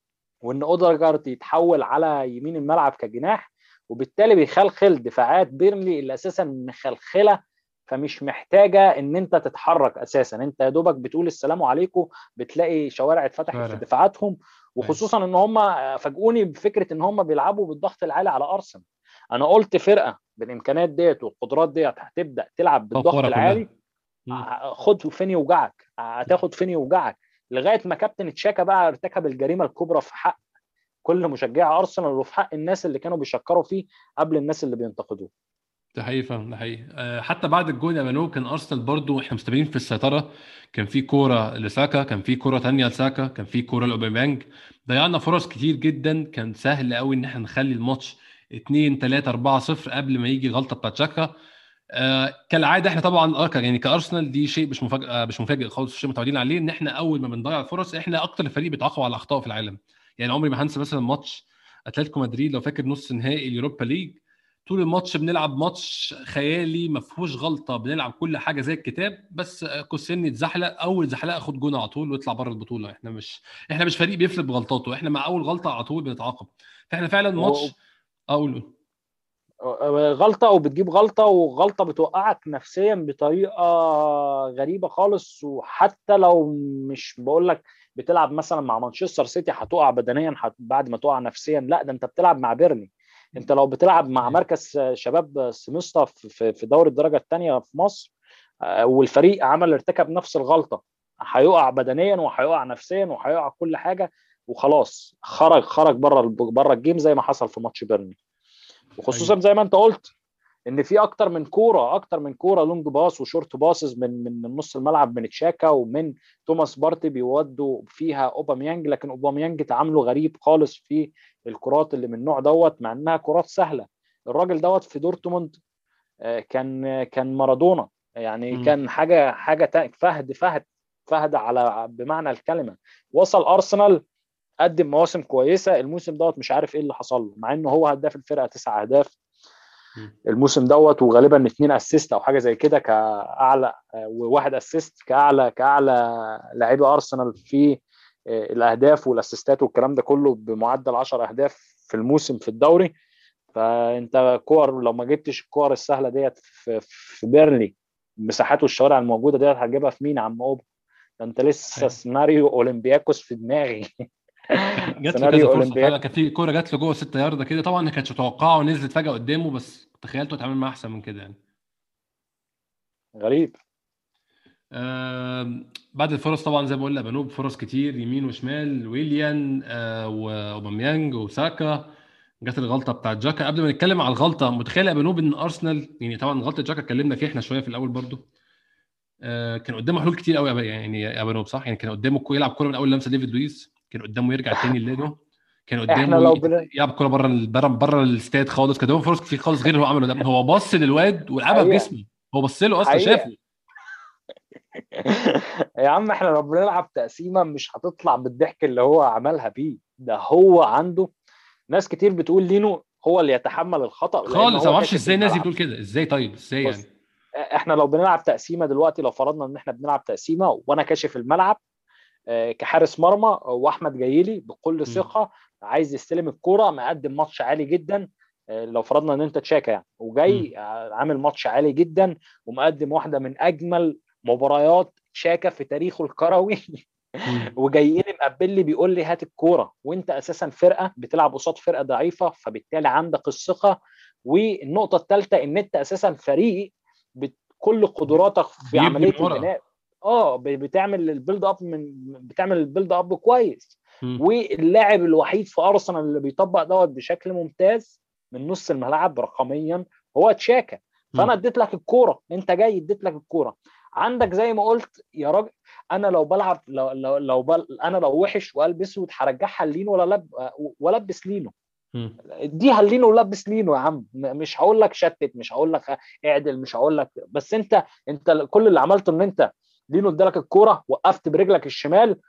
وان اودرجارد يتحول على يمين الملعب كجناح، وبالتالي بيخلخل دفاعات بيرنلي اللي اساسا مخلخله، فمش محتاجه ان انت تتحرك اساسا، انت يا دوبك بتقول السلام عليكم بتلاقي شوارع اتفتحت في شوارع. دفاعاتهم. ايوه. وخصوصا ان هم فاجئوني بفكره ان هم بيلعبوا بالضغط العالي على ارسنال. انا قلت فرقه بالامكانيات ديت والقدرات ديت هتبدا تلعب فوق بالضغط ورا العالي، كلها. مم. خد فين يوجعك، هتاخد فين يوجعك، لغايه ما كابتن تشاكا بقى ارتكب الجريمه الكبرى في حق كل مشجعي ارسنال وفي حق الناس اللي كانوا بيشكروا فيه قبل الناس اللي بينتقدوه. ده حقيقي فعلا، ده حقيقي. حتى بعد الجول يا مانو كان ارسنال برضو احنا مستمرين في السيطره. كان في كوره لساكا، كان في كوره تانية لساكا، كان في كوره لاوباميانج. ضيعنا فرص كتير جدا، كان سهل قوي ان احنا نخلي الماتش 2 3 4 0 قبل ما يجي غلطه بتاعت شاكا. كالعاده احنا طبعا يعني كارسنال دي شيء مش مفاجئ، مش مفاجئ خالص، شيء متعودين عليه ان احنا اول ما بنضيع الفرص احنا اكتر فريق بيتعاقب على الاخطاء في العالم. يعني عمري ما هنسى مثلا ماتش اتلتيكو مدريد، لو فاكر نص نهائي اليوروبا ليج، طول الماتش بنلعب ماتش خيالي ما فيهوش غلطه، بنلعب كل حاجه زي الكتاب، بس كوسين يتزحلق، اول زحلقه اخد جون على طول ويطلع بره البطوله. احنا مش فريق بيفلت بغلطاته، احنا مع اول غلطه على طول بنتعاقب. فاحنا فعلا ماتش اقول غلطة وبتجيب غلطة، وغلطة بتوقعك نفسيا بطريقة غريبة خالص. وحتى لو مش بقول لك بتلعب مثلا مع مانشستر سيتي هتقع بدنيا بعد ما تقع نفسيا، لا ده انت بتلعب مع بيرني. انت لو بتلعب مع مركز شباب سموستا في دوري الدرجة الثانية في مصر، والفريق ارتكب نفس الغلطة، هيقع بدنيا وهيقع نفسيا وهيقع كل حاجة، وخلاص خرج بره الجيم زي ما حصل في ماتش بيرني. وخصوصا زي ما انت قلت ان في اكتر من كوره لونج باس وشورت باسز من نص الملعب من تشاكا ومن توماس بارتي بيودوا فيها اوباميانج، لكن اوباميانج تعامله غريب خالص في الكرات اللي من النوع دوت، مع انها كرات سهله. الراجل دوت في دورتموند كان مارادونا، يعني كان حاجه فهد على بمعنى الكلمه. وصل ارسنال قدم مواسم كويسه، الموسم دوت مش عارف ايه اللي حصل له، مع انه هو هداف الفرقه 9 اهداف الموسم دوت، وغالبا 2 اسيست او حاجه زي كده كاعلى، وواحد اسيست كاعلى لاعبي ارسنال في الاهداف والاسيستات والكلام ده كله، بمعدل 10 اهداف في الموسم في الدوري. فانت كور لو ما جبتش الكور السهله ديت في بيرلي، مساحات والشوارع الموجوده ديت هتجيبها في مين يا عم اوبا؟ ده انت لسه سيناريو اولمبياكوس في دماغي. جات له كذا سيناريو فرصه فعلا، اولمبياكوس كان في كوره جات له جوه 6 يارده كده، طبعا ما كانتش متوقعه ونزلت فجاه قدامه، بس تخيلته اتعامل معاه احسن من كده يعني. غريب. بعد الفرص طبعا زي ما قلنا بنوب فرص كتير يمين وشمال، ويليان واوباميانج وساكا. جت الغلطه بتاعت جاكا. قبل ما نتكلم على الغلطه، متخيل يا بنوب ان ارسنال يعني طبعا غلطه جاكا اتكلمنا فيها احنا شويه في الاول برضو، كان قدامه حلول كتير قوي يعني يا بنوب صح؟ يعني كان قدامه يلعب كوره من اول لمسه ديفيد لويس، كان قدامه يرجع تاني لليدو، كان احنا قدامه لو يلعب كوره بره الاستاد خالص، كان قدامه فرص كتير خالص غير اللي هو عمله ده. هو بص للواد ولعبها حقيقه بجسمه، هو بص له اصلا حقيقه. شافه. يا عم احنا لو بنلعب تقسيمه مش هتطلع بالضحك اللي هو عملها بيه ده. هو عنده ناس كتير بتقول لينو هو اللي يتحمل الخطأ لان خالص انا هو ما اعرفش كاشف ازاي الناس دي الملعب. بتقول كده، ازاي طيب ازاي يعني؟ بص، احنا لو بنلعب تقسيمه دلوقتي، لو فرضنا ان احنا بنلعب تقسيمه وانا كاشف الملعب كحارس مرمى، واحمد جاي لي بكل مم. ثقه عايز يستلم الكوره، مقدم ماتش عالي جدا، لو فرضنا ان انت تشاكا يعني، وجاي مم. عامل ماتش عالي جدا ومقدم واحده من اجمل مباريات شاكا في تاريخه الكروي. مم. وجاي لي مقبل لي بيقول لي هات الكوره، وانت اساسا فرقه بتلعب قصاد فرقه ضعيفه، فبالتالي عندك الثقه. والنقطه الثالثه ان انت اساسا فريق بكل قدراتك في بيبني عمليه من ورا. البناء. اه بتعمل البيلد اب كويس. مم. واللاعب الوحيد في ارسنال اللي بيطبق دوت بشكل ممتاز من نص الملعب رقميا هو تشاكا. فانا مم. اديت لك الكوره، انت جاي اديت لك الكوره، عندك زي ما قلت يا راجل. انا لو بلعب انا لو وحش وقلب اسود هرجعها لينو ولبس لينو. مم. اديها لينو ولبس لينو يا عم، مش هقول لك شتت، مش هقول لك اعدل، مش هقول لك، بس انت كل اللي عملته ان انت لينو ادالك الكوره، وقفت برجلك الشمال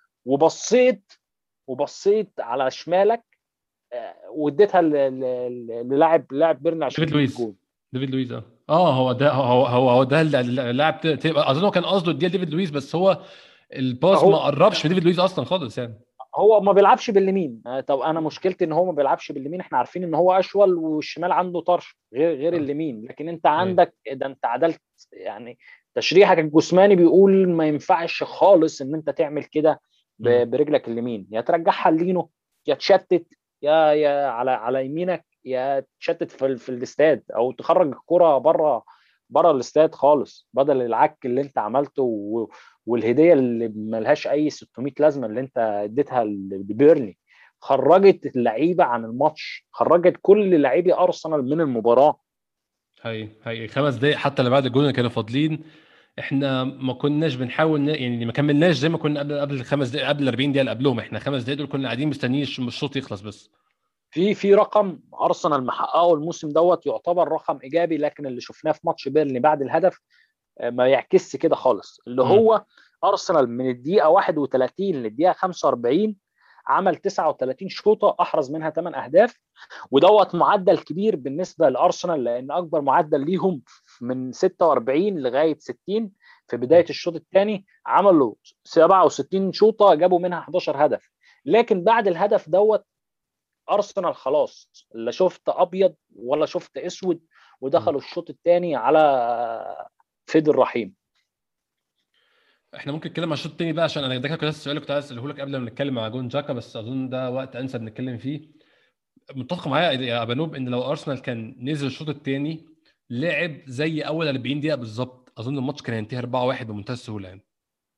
وبصيت على شمالك، واديتها للاعب بيرن عشان ديفيد يجيب لويس. الجول. ديفيد لويس هو ده ده اللاعب اظن هو كان قصده يديها ديفيد لويس، بس هو الباس ما هو قربش من ديفيد لويس اصلا خالص يعني. هو ما بيلعبش باليمين. طب انا مشكلتي ان هو ما بيلعبش باليمين، احنا عارفين ان هو اشول والشمال عنده طرش غير آه. اليمين، لكن انت ايوه. عندك ده، انت عدلت يعني. تشريحك الجسماني بيقول ما ينفعش خالص ان انت تعمل كده مم. برجلك اليمين، يا ترجعها لينو، يا تشتت، يا على يمينك، يا تشتت في الاستاد، او تخرج الكرة بره الاستاد خالص، بدل العك اللي انت عملته والهديه اللي ملهاش اي 600 لازمه اللي انت اديتها لبيرلي. خرجت اللعيبه عن الماتش، خرجت كل لاعبي ارسنال من المباراه. هي 5 دقايق حتى اللي بعد الجول اللي كانوا فاضلين، احنا ما كناش بنحاول يعني ما كملناش زي ما كنا قبل ال5 دقايق، قبل ال 40 دقيقه اللي قبلهم. احنا 5 دقايق دول كنا قاعدين مستنيين الشوط يخلص بس. في رقم ارسنال محققه الموسم دوت يعتبر رقم ايجابي، لكن اللي شفناه في ماتش بيرلي بعد الهدف ما يعكسش كده خالص، اللي مم. هو ارسنال من الدقيقه 31 للدقيقه 45 عمل 39 شوطه احرز منها 8 اهداف، ودوت معدل كبير بالنسبه لارسنال، لان اكبر معدل ليهم من 46 لغايه 60 في بدايه الشوط الثاني، عملوا 67 شوطه جابوا منها 11 هدف. لكن بعد الهدف دوت ارسنال خلاص لا شفت ابيض ولا شفت اسود، ودخلوا الشوط الثاني على فيد الرحيم. احنا ممكن نتكلم عن الشوط الثاني بقى، عشان انا ده كان السؤال اللي كنت عايز اساله لك قبل ما نتكلم على جون جاكا، بس اظن ده وقت انسب نتكلم فيه. متفق معايا يا بنوب ان لو ارسنال كان نزل الشوط الثاني لعب زي اول 40 دقيقه بالظبط، اظن الماتش كان هينتهي 4-1 بمنتهى السهوله يعني.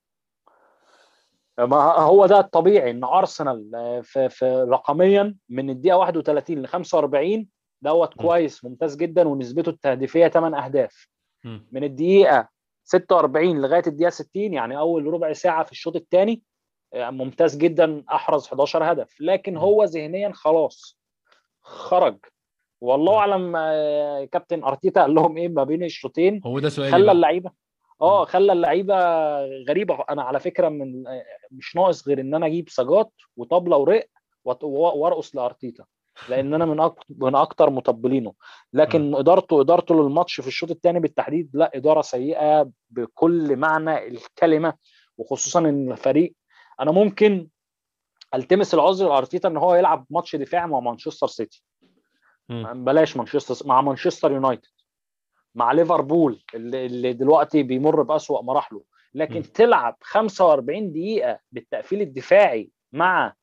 ما هو ده الطبيعي، ان ارسنال في رقميا من الدقيقه 31 ل 45 دوت م. كويس ممتاز جدا، ونسبته التهديفيه 8 اهداف. م. من الدقيقه 46 لغايه الدقيقه 60 يعني اول ربع ساعه في الشوط الثاني ممتاز جدا، احرز 11 هدف. لكن م. هو ذهنيا خلاص خرج، والله اعلم كابتن ارتيتا قال لهم ايه ما بين الشوطين. هو ده سؤالي خلى بقى. اللعيبه م. خلى اللعيبه غريبه. انا على فكره من مش ناقص غير ان انا اجيب سجات وطبله ورق وارقص لارتيتا، لان انا من اكتر مطبلينه. م. لكن ادارته للماتش في الشوط الثاني بالتحديد لا، اداره سيئه بكل معنى الكلمه. وخصوصا ان الفريق، انا ممكن التمس العذر لارتيتا ان هو يلعب ماتش دفاع مع مانشستر سيتي، م. بلاش مانشستر، مع مانشستر يونايتد، مع ليفربول اللي دلوقتي بيمر بأسوأ مراحله. م. لكن تلعب 45 دقيقة بالتقفيل الدفاعي مع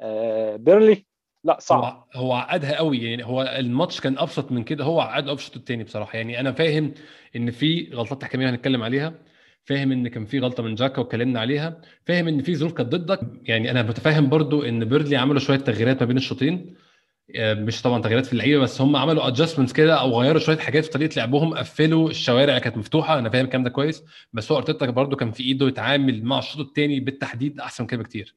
بيرلي، لا صعب. هو عقدها قوي يعني. هو الماتش كان ابسط من كده، هو عقد ابسط التاني بصراحه يعني. انا فاهم ان في غلطات تحكيميه هنتكلم عليها، فاهم ان كان في غلطه من جاكا واتكلمنا عليها، فاهم ان في ظروف كانت ضدك يعني. انا متفاهم برضو ان بيرلي عملوا شويه تغييرات ما بين الشوطين، مش طبعا تغييرات في اللعيبه، بس هم عملوا ادجستمنتس كده او غيروا شويه حاجات في طريقه لعبهم، قفلوا الشوارع اللي كانت مفتوحه. انا فاهم الكلام ده كويس، بس هو ارتيتا برضو كان في ايده يتعامل مع الشوط الثاني بالتحديد احسن كده بكتير.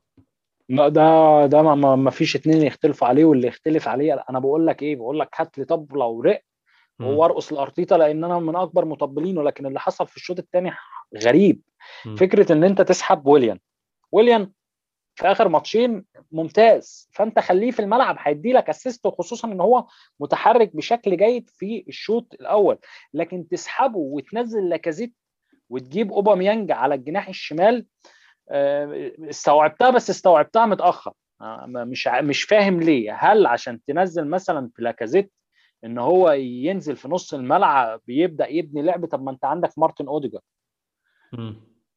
لا، ده ما فيش اتنين يختلفوا عليه. واللي يختلف عليه انا بقول لك ايه، بقول لك هات لي طبلة ورق مم. وارقص الارتيتا، لان انا من اكبر مطبلينه. لكن اللي حصل في الشوط الثاني غريب. مم. فكرة ان انت تسحب ويليان في اخر ماتشين ممتاز، فانت خليه في الملعب هيدي لك اسيست، وخصوصا ان هو متحرك بشكل جيد في الشوط الاول. لكن تسحبه وتنزل لاكازيت وتجيب اوباميانج على الجناح الشمال، استوعبتها، بس استوعبتها متاخر. مش فاهم ليه. هل عشان تنزل مثلا في لاكازيت ان هو ينزل في نص الملعب بيبدا يبني لعب؟ طب ما انت عندك مارتن اوديجارد. مم.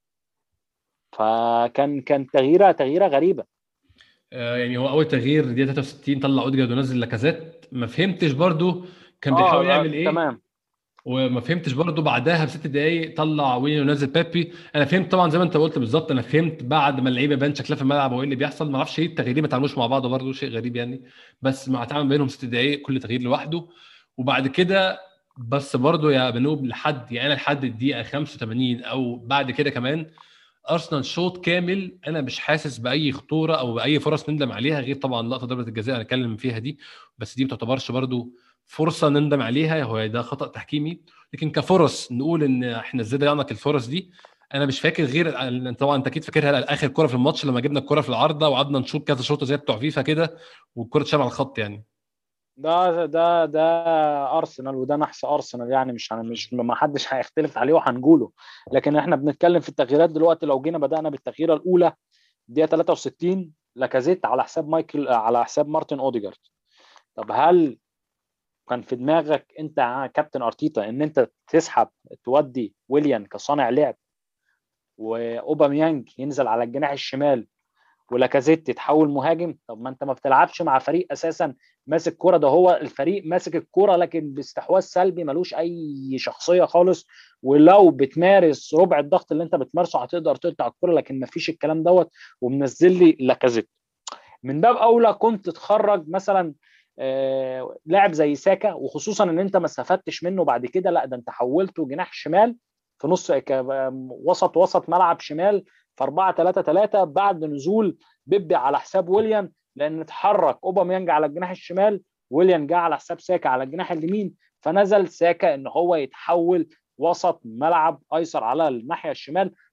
فكان تغييره غريبه. يعني هو اول تغيير دي 63 طلع اوديجارد ونزل لاكازيت، ما فهمتش برضو كان بيحاول اه يعمل ايه. تمام. وما فهمتش برضو بعدها ب6 دقايق طلع وين ونزل بيبي. انا فهمت طبعا زي ما انت قلت بالظبط، انا فهمت بعد ما اللعيبه بان شكلها في الملعب وايه اللي بيحصل. ما اعرفش ايه التغييرين ما تعملوش مع بعض برضو، شيء غريب يعني. بس مع تعامل بينهم 6 دقايق كل تغيير لوحده. وبعد كده بس برضو يا بنوب لحد يعني انا لحد الدقيقه 85 او بعد كده كمان ارسنال شوط كامل انا مش حاسس باي خطوره او باي فرص نندم عليها، غير طبعا لقطه ضربه الجزاء اللي هنتكلم فيها دي، بس دي ما تعتبرش برضو فرصه نندم عليها، هو ده خطا تحكيمي. لكن كفرص نقول ان احنا ازاي ضيعنا الفرص دي، انا مش فاكر غير طبعا انت اكيد فاكرها اخر كره في الماتش لما جبنا الكره في العارضه وقعدنا نشوط كذا شوطه زي بتوع فيفا كده والكره اتشال على الخط يعني. ده ارسنال، وده نحس ارسنال يعني. مش ما حدش هيختلف عليه وهنقوله. لكن احنا بنتكلم في التغييرات دلوقتي. لو جينا بدأنا بالتغييره الاولى دقيقه 63، لاكازيت على حساب مايكل، على حساب مارتن اوديجارد. طب هل كان في دماغك انت كابتن ارتيتا ان انت تسحب تودي ويليان كصانع لعب واوباميانج ينزل على الجناح الشمال ولاكازيت يتحول مهاجم؟ طب ما انت ما بتلعبش مع فريق اساسا ماسك كرة. ده هو الفريق ماسك الكرة لكن باستحواذ سلبي، ملوش اي شخصية خالص. ولو بتمارس ربع الضغط اللي انت بتمارسه هتقدر تقطع الكرة، لكن ما فيش الكلام دوت. ومنزل لي لاكازيت. من باب اولى كنت تخرج مثلا لاعب زي ساكا، وخصوصا ان انت ما استفدتش منه بعد كده. لا، ده انت حولته جناح شمال في نص وسط ملعب شمال في 4-3-3 بعد نزول بيبي على حساب ويليان، لان اتحرك اوباميانج على الجناح الشمال، ويليان جه على حساب ساكا على الجناح اليمين، فنزل ساكا ان هو يتحول وسط ملعب ايسر على الناحيه الشمال.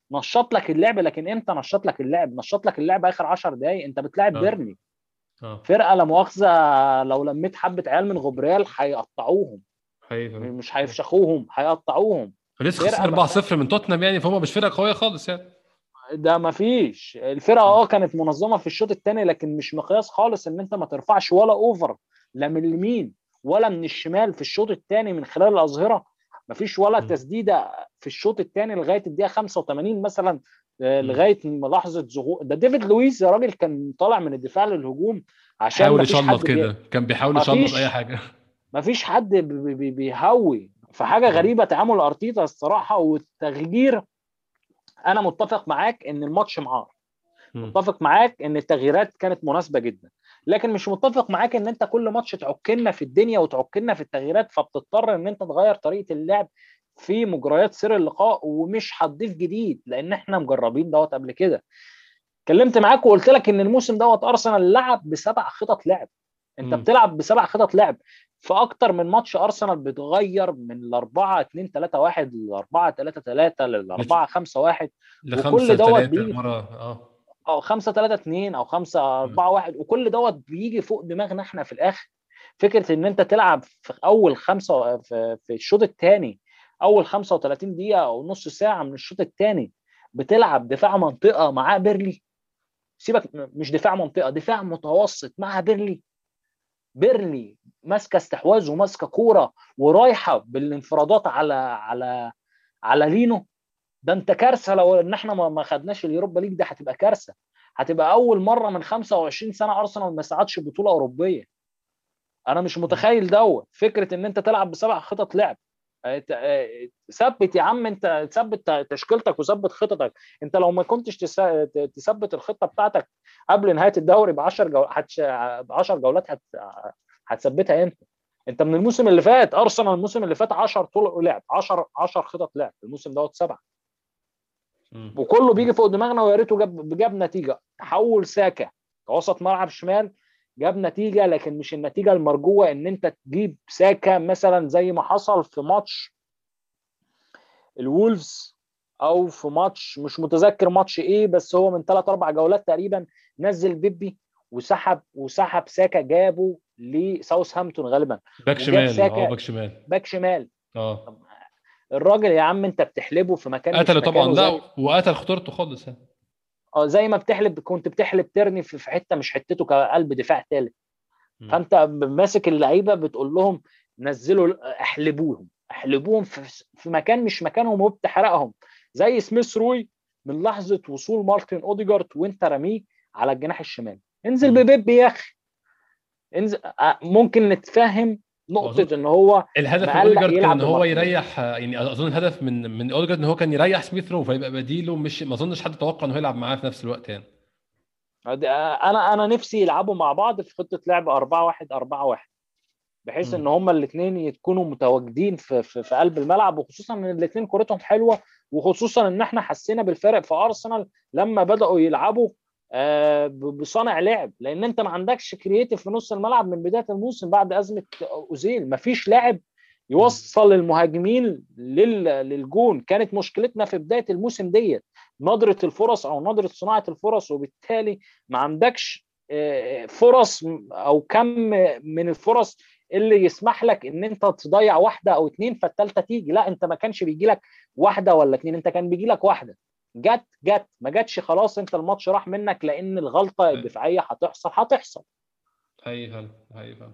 نشط لك اللعب، لكن امتى نشط لك اللعب؟ نشط لك اللعب اخر 10 دقائق. انت بتلعب اه بيرني، اه فرقه لا مؤاخذه لو لميت حبه عيال من غبريال هيقطعوهم، حقيقي. مش هيفشخوهم، هيقطعوهم. لسه فرقه خسر ما فيهاش، 4-0 من توتنهام يعني، فهم مش فرقه قويه خالص يعني. ده ما فيش. الفرقه كانت منظمه في الشوط الثاني، لكن مش مقياس خالص ان انت ما ترفعش ولا اوفر، لا من اليمين ولا من الشمال في الشوط الثاني من خلال الاظهره. ما فيش ولا مم. تسديده في الشوط الثاني لغايه الدقيقه 85 مثلا، مم. لغايه لحظه ظهور ده ديفيد لويس يا راجل، كان طالع من الدفاع للهجوم عشان حاول يشلط كده، كان بيحاول ما يشلط اي فيش حاجه. ما فيش حد بيهوي. فحاجه مم. غريبه تعامل ارتيتا الصراحه والتغيير. انا متفق معاك ان الماتش معاه، مم. متفق معاك ان التغييرات كانت مناسبه جدا، لكن مش متفق معاك ان انت كل ماتش تعكنا في الدنيا وتعكنا في التغييرات، فبتضطر ان انت تغير طريقه اللعب في مجريات سير اللقاء، ومش هتضيف جديد لان احنا مجربين دوت قبل كده. اتكلمت معاك وقلت لك ان الموسم دوت ارسنال لعب ب7 خطط لعب. انت مم. بتلعب ب7 خطط لعب في اكتر من ماتش. ارسنال بتغير من الاربعه 2 3 1 للاربعه 3 3 للاربعه 5 1، لخمسة وكل دوت لتلاتة بيجي مرة او 5 3 2 او 5 4 1، وكل دوت بيجي فوق دماغنا احنا في الاخر. فكره ان انت تلعب في اول خمسه في الشوط الثاني، اول 35 دقيقه او نص ساعه من الشوط الثاني بتلعب دفاع منطقه مع بيرلي. سيبك، مش دفاع منطقه، دفاع متوسط مع بيرلي. بيرلي ماسكه استحواذ وماسكه كوره ورايحه بالانفرادات على لينو. ده انت كارثه لو ان احنا ما خدناش اليوروبا ليج، ده هتبقى كارثه. هتبقى اول مره من 25 سنه ارسنال ما صعدش بطوله اوروبيه. انا مش متخيل دوت فكره ان انت تلعب ب7 خطط لعب. ثبت يا عم، انت ثبت تشكيلتك وثبت خططك. انت لو ما كنتش تثبت الخطه بتاعتك قبل نهايه الدوري ب 10 ب 10 جولات هتثبتها امتى؟ انت من الموسم اللي فات، ارسنال الموسم اللي فات 10 طول لعب، 10 خطط لعب، الموسم دوت 7، مم. وكله بيجي فوق دماغنا. ويا ريته جاب نتيجه. تحول ساكا كوسط ملعب شمال جاب نتيجه، لكن مش النتيجه المرجوه ان انت تجيب ساكا مثلا زي ما حصل في ماتش الوولفز، او في ماتش مش متذكر ماتش ايه، بس هو من 3 4 جولات تقريبا نزل بيبي وسحب ساكا، جابه لساوثهامبتون غالبا، باك وجاب شمال ساكا باك شمال. باك شمال. اه طب الراجل يا عم انت بتحلبه في مكان قتله مش طبعا، مكانه، لا زي وقتل خطورته خالص يعني. زي ما كنت بتحلب ترني في حته مش حتته كقلب دفاع ثالث. مم. فانت ماسك اللعيبه بتقول لهم نزلوا، احلبوهم في مكان مش مكانهم وبتحرقهم، زي سميث روي من لحظه وصول مارتن اوديجارد وانت رميه على الجناح الشمال. انزل مم. ببيب يا اخي، انزل. ممكن نتفهم وأظن نقطه ان هو الهدف من مقلق اوديجارد كان ان يلعب هو بمارتينيلي. يريح، يعني اظن الهدف من اوديجارد ان هو كان يريح سميث رو فيبقى بديله، مش ما اظنش حد توقع انه يلعب معاه في نفس الوقت يعني. انا نفسي يلعبوا مع بعض في خطه لعب 4-1 4-1، بحيث مم. ان هما الاثنين يكونوا متواجدين في قلب الملعب، وخصوصا ان الاثنين كورتهم حلوه، وخصوصا ان احنا حسينا بالفرق في ارسنال لما بداوا يلعبوا بصانع لعب، لان انت ما عندكش كرييتيف في نص الملعب من بدايه الموسم بعد ازمه اوزيل. ما فيش لاعب مم. يوصل المهاجمين للجون. كانت مشكلتنا في بدايه الموسم ديت نظره الفرص او نظره صناعه الفرص، وبالتالي ما عندكش فرص او كم من الفرص اللي يسمح لك ان انت تضيع واحده او اتنين فالتالته تيجي. لا، انت ما كانش بيجي لك واحده ولا اتنين، انت كان بيجي لك واحده، جت ما جاتش خلاص، انت الماتش راح منك، لان الغلطه الدفاعيه هتحصل. حقيقي فعلا، حقيقي فعلا.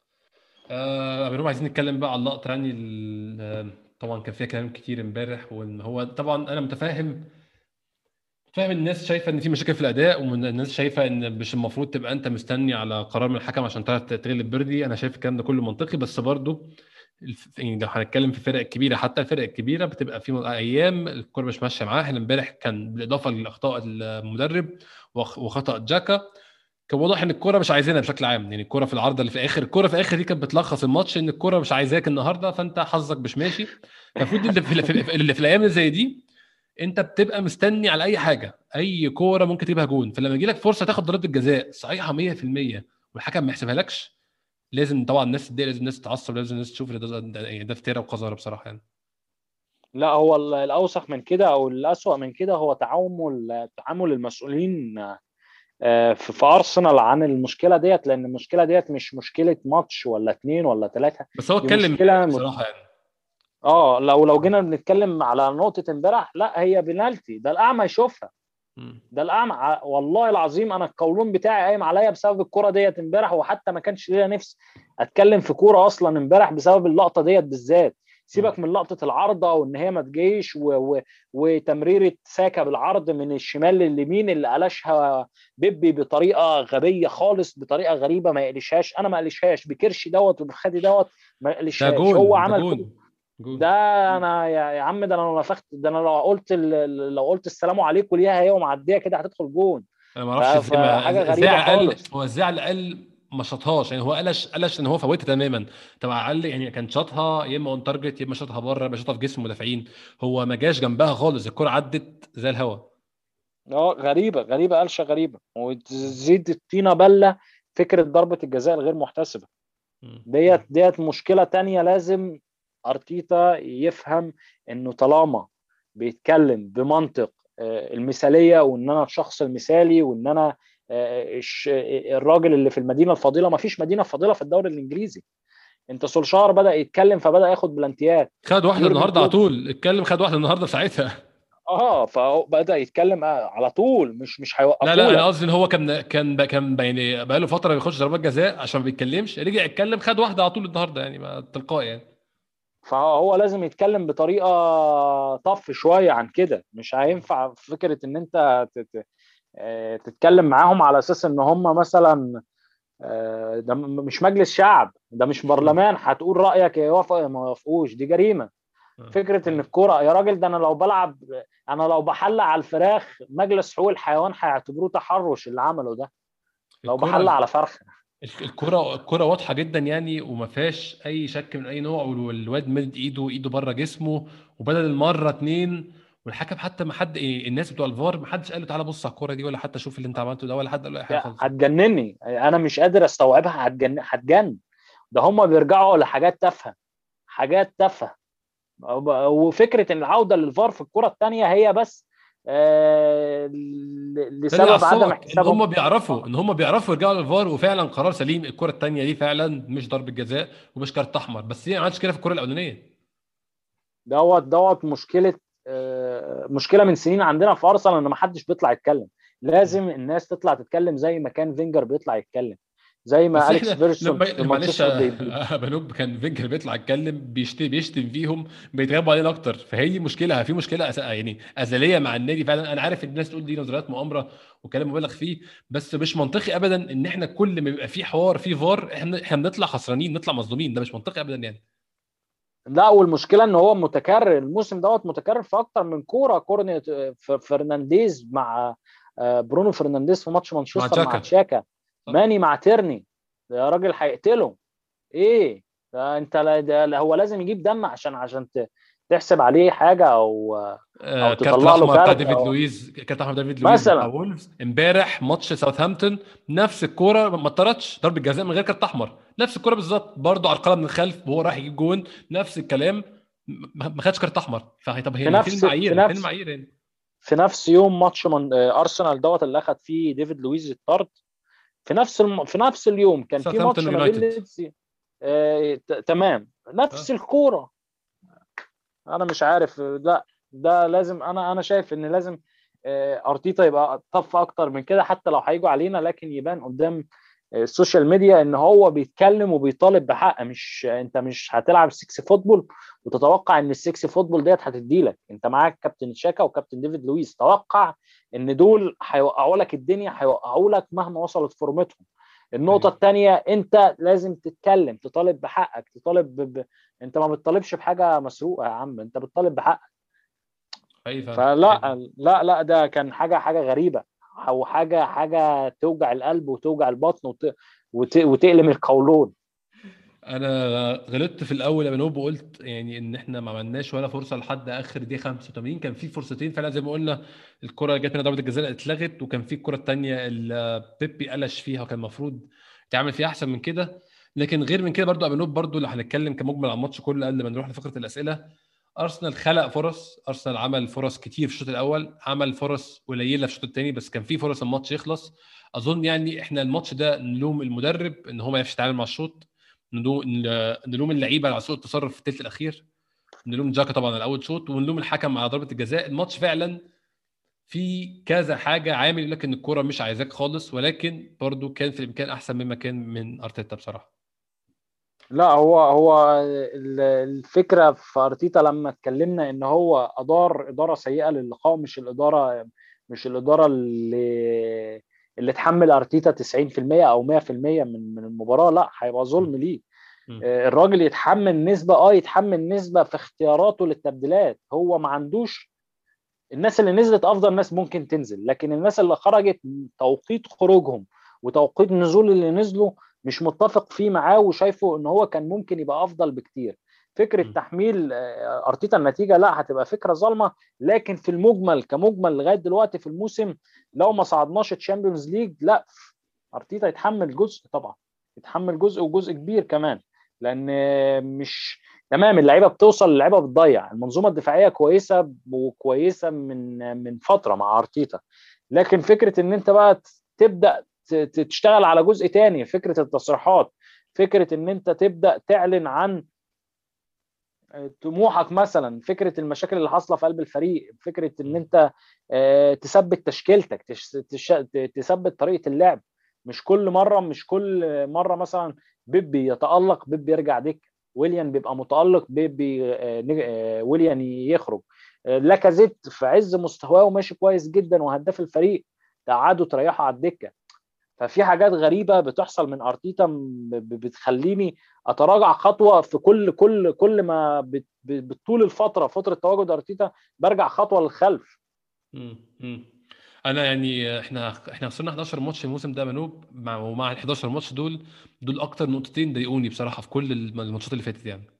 أمير، عايزين نتكلم بقى على اللقطة يعني طبعا كان فيها كلام كتير امبارح، وان هو طبعا انا متفاهم، فاهم الناس شايفه ان في مشاكل في الاداء، والناس شايفه ان مش المفروض تبقى انت مستني على قرار من الحكم عشان تعرف تغلب بيردي. انا شايف الكلام ده كله منطقي، بس برضو يعني لو هنتكلم في الفرق الكبيره، حتى الفرق الكبيره بتبقى في ايام الكوره مش ماشيه معاها. احنا امبارح كان بالاضافه لاخطاء المدرب وخطا جاكا، كان واضح ان الكوره مش عايزينها بشكل عام. يعني الكوره في العارضه اللي في اخر، الكوره في اخر دي كانت بتلخص الماتش، ان الكوره مش عايزاك النهارده فانت حظك مش ماشي. فالمفروض اللي في الايام اللي زي دي انت بتبقى مستني على اي حاجه، اي كوره ممكن تجيبها جون. فلما يجي لك فرصه تاخد ضربه الجزاء صحيحه 100% والحكم ما يحسبها لكش، لازم طبعا الناس تتضايق، لازم الناس تتعصب، لازم الناس تشوف ان ده افتراء وقذاره بصراحه يعني. لا، هو الاوسخ من كده او الاسوأ من كده هو تعامل المسؤولين في ارسنال عن المشكله ديت، لان المشكله ديت مش مشكله ماتش ولا اتنين ولا تلاته. بس هو دي اتكلم مشكله بصراحه يعني. لو جينا بنتكلم على نقطه امبارح، لا هي بنالتي، ده الاعمى يشوفها. مم. ده الاعمى والله العظيم انا القولون بتاعي قايم عليا بسبب الكره ديت امبارح، وحتى ما كانش ليا نفس اتكلم في كوره اصلا امبارح بسبب اللقطه ديت بالذات. مم. سيبك من لقطه العارضه وان هي ما تجيش وتمريره ساكا بالعرض من الشمال لليمين اللي قلشها بيبي بطريقه غبيه خالص، بطريقه غريبه ما يقلشهاش، انا ما قلشهاش بكرشي دوت وبخدي دوت، ما ده يقلشهاش، جون، هو ده عمل جون، كل جون. ده. انا يا عم، ده انا لو نفخت، ده انا لو قلت السلام عليكم ليها هي ومعديه كده هتدخل جون. انا ما اعرفش ازاي، ما فحاجه ازاي غريبه على الاقل، خالص. هو ازاي على الاقل ما شاطهاش يعني. هو قلش ان هو فوتها تماما. طب على الاقل يعني كان شاطها يا اما اون تارجت، يا اما شاطها بره، يا شاطها في جسم المدافعين. هو ما جاش جنبها خالص، الكره عدت زي الهوا. غريبه غريبه قلشه غريبه، وتزيد الطينه بله. فكره ضربه الجزاء الغير محتسبه مم. ديت مشكله تانية. لازم ارتيتا يفهم انه طالما بيتكلم بمنطق المثاليه، وان انا الشخص المثالي، وان انا الراجل اللي في المدينه الفاضله. ما فيش مدينه فاضله في الدوري الانجليزي. انت سولشار بدأ يتكلم فبدأ ياخد بلانتيات. خد واحده يورجن النهارده على كلوب طول، اتكلم خد واحده النهارده في ساعتها. فهو بدأ يتكلم على طول، مش لا هيوقفوا لا، انا لك. قصدي ان هو كان يعني بقى له فتره بيخش ضربات جزاء عشان ما بيتكلمش، رجع يتكلم خد واحده على طول النهارده يعني تلقائي يعني. فهو لازم يتكلم بطريقة طف شوية عن كده. مش هينفع فكرة ان انت تتكلم معاهم على اساس ان هم مثلا ده مش مجلس شعب، ده مش برلمان هتقول رأيك يا يوافق يا ما يوافقوش. دي جريمة. فكرة ان أيوة. الكرة يا راجل، ده انا لو بلعب، انا لو بحلق على الفراخ مجلس حقوق الحيوان هيعتبروه تحرش اللي عمله ده، لو بحلق الكره على فرخة. الكرة واضحة جدا يعني، وما فيهاش أي شك من أي نوع. والواد مد إيده بره جسمه، وبدل المرة اتنين. والحكم حتى ما حد إيه، الناس بتوع الفار ما حدش قال له تعالى بص على الكورة دي، ولا حتى شوف اللي أنت عملته ده، ولا حد قال له أي حاجة خالص. هتجنني، انا مش قادر استوعبها. هتجن. ده هم بيرجعوا لحاجات تافهه، حاجات تافهه. وفكره ان العوده للفار في الكره الثانيه هي بس دليل على لسبب عدم الصوت إن احتسابهم. هم بيعرفوا يرجعوا للفار، وفعلا قرار سليم. الكرة التانية دي فعلا مش ضربة جزاء ومش كارت أحمر، بس هي ما عملتش كده في الكرة الأولانية. دوت مشكله، مشكله من سنين عندنا في ارسنال ان ما حدش بيطلع يتكلم. لازم الناس تطلع تتكلم زي ما كان فينجر بيطلع يتكلم، زي ما بس اليكس احنا فيرسون لما في معلش مانشستر بيبي. يا بنوب، كان فينجر بيطلع يتكلم بيشتم فيهم، بيتغابوا علينا اكتر. فهي دي مشكله، في مشكله يعني ازليه مع النادي فعلا. انا عارف الناس تقول دي نظريات مؤامره وكلام مبالغ فيه، بس مش منطقي ابدا ان احنا كل ما بيبقى في حوار في فار احنا بنطلع خسرانين، نطلع مظلومين. ده مش منطقي ابدا يعني. لا، والمشكله ان هو متكرر الموسم دوت، متكرر في اكتر من كوره. كورني فرنانديز مع برونو فرنانديز في ماتش مع مانشستر مع تشاكا. تشاكا. صح. ماني مع تيرني. يا راجل هيقتله. ايه ده؟ انت هو لازم يجيب دم عشان تحسب عليه حاجه، او كارت تطلع له الاحمر بتاع كارت ديفيد او لويز، كارت احمر ديفيد لويز بتاع مثلا. وولفز امبارح ماتش ساوثهامبتون. نفس الكوره ما اتطردش ضربه جزاء من غير كارت احمر، نفس الكوره بالظبط برضه على القلم من الخلف وهو رايح يجيب جون، نفس الكلام. ما خدش كارت احمر. طب في هنا فين نفس في المعايير، فين نفس المعايير يعني؟ في نفس يوم ماتش من ارسنال دوت اللي اخذ فيه ديفيد لويز الطرد. في نفس اليوم كان في ساوثهامبتون ماتش ما بين يونايتد. ليدز. تمام، نفس اه. الكوره. انا مش عارف. لا، ده لازم. انا شايف ان لازم ارتيتا يبقى طف اكتر من كده، حتى لو هيجوا علينا لكن يبان قدام السوشيال ميديا ان هو بيتكلم وبيطالب بحق. مش انت مش هتلعب 6 فوتبول وتتوقع ان السكس فوتبول ديت هتديلك. انت معاك كابتن شاكا وكابتن ديفيد لويس، توقع ان دول هيوقعوا لك الدنيا، هيوقعوا لك مهما وصلت فورمتهم. النقطة ايوه. الثانية، انت لازم تتكلم، تطالب بحقك، تطالب انت ما بتطالبش بحاجة مسروقة يا عم، انت بتطالب بحقك. حقيقي فعلا، حقيقي. فلا لا لا، ده كان حاجة غريبة، او حاجة توجع القلب وتوجع البطن وتألم القولون. انا غلطت في الاول يا بنوب وقلت يعني ان احنا ما عملناش ولا فرصه لحد اخر دي 85. كان في فرصتين فعلا زي ما قلنا. الكره اللي جت من ضربه الجزاء اتلغت، وكان في الكره الثانيه اللي بيبي قلش فيها وكان المفروض تعمل فيها احسن من كده. لكن غير من كده برضو يا بنوب، برضو لو هنتكلم كمجمل على الماتش كله قبل ما نروح لفقره الاسئله، ارسنال خلق فرص، ارسنال عمل فرص كتير في الشوط الاول، عمل فرص قليله في الشوط الثاني، بس كان في فرص الماتش يخلص. اظن يعني احنا الماتش ده نلوم المدرب ان هو ما يعرفش يتعامل مع الشوط، نلوم اللعيبه على سوء التصرف في الثلث الاخير، نلوم جاكا طبعا على اول شوط، ونلوم الحكم على ضربه الجزاء. الماتش فعلا في كذا حاجه عامل يقول لك ان الكوره مش عايزاك خالص، ولكن برضو كان في الامكان احسن مما كان من ارتيتا بصراحه. لا، هو الفكره في ارتيتا لما اتكلمنا ان هو اداره سيئه للقاء، مش الاداره اللي تحمل ارتيتا 90% او 100% من المباراه، لا هيبقى ظلم ليه. الراجل يتحمل نسبه في اختياراته للتبديلات. هو ما عندوش الناس اللي نزلت افضل ناس ممكن تنزل، لكن الناس اللي خرجت توقيت خروجهم وتوقيت نزول اللي نزلوا مش متفق فيه معاه، وشايفه ان هو كان ممكن يبقى افضل بكتير. فكره تحميل ارتيتا النتيجه لا، هتبقى فكره ظالمه. لكن في المجمل كمجمل لغايه دلوقتي في الموسم، لو ما صعدناش تشامبيونز ليج، لا، ارتيتا يتحمل جزء طبعا، يتحمل جزء وجزء كبير كمان. لان مش تمام، اللعيبه بتوصل، اللعيبه بتضيع، المنظومه الدفاعيه كويسه وكويسه من فتره مع ارتيتا. لكن فكره ان انت بقى تبدا تشتغل على جزء تاني، فكره التصريحات، فكره ان انت تبدا تعلن عن طموحك مثلا، فكره المشاكل اللي حاصله في قلب الفريق، فكره ان انت تثبت تشكيلتك، تثبت طريقه اللعب. مش كل مره مثلا بيبي يتالق، بيبي يرجع دك، ويليان بيبقى متالق، بيبي ويليان يخرج. لاكازيت في عز مستواه وماشي كويس جدا وهداف الفريق، تقعدوا تريحوا على الدكه. ففي حاجات غريبه بتحصل من ارتيتا بتخليني اتراجع خطوه في كل ما بطول فتره تواجد ارتيتا برجع خطوه للخلف. مم. انا يعني احنا خسرنا 11 ماتش الموسم ده منوب، ومع ال 11 ماتش دول اكتر نقطتين ضايقوني بصراحه في كل الماتشات اللي فاتت يعني.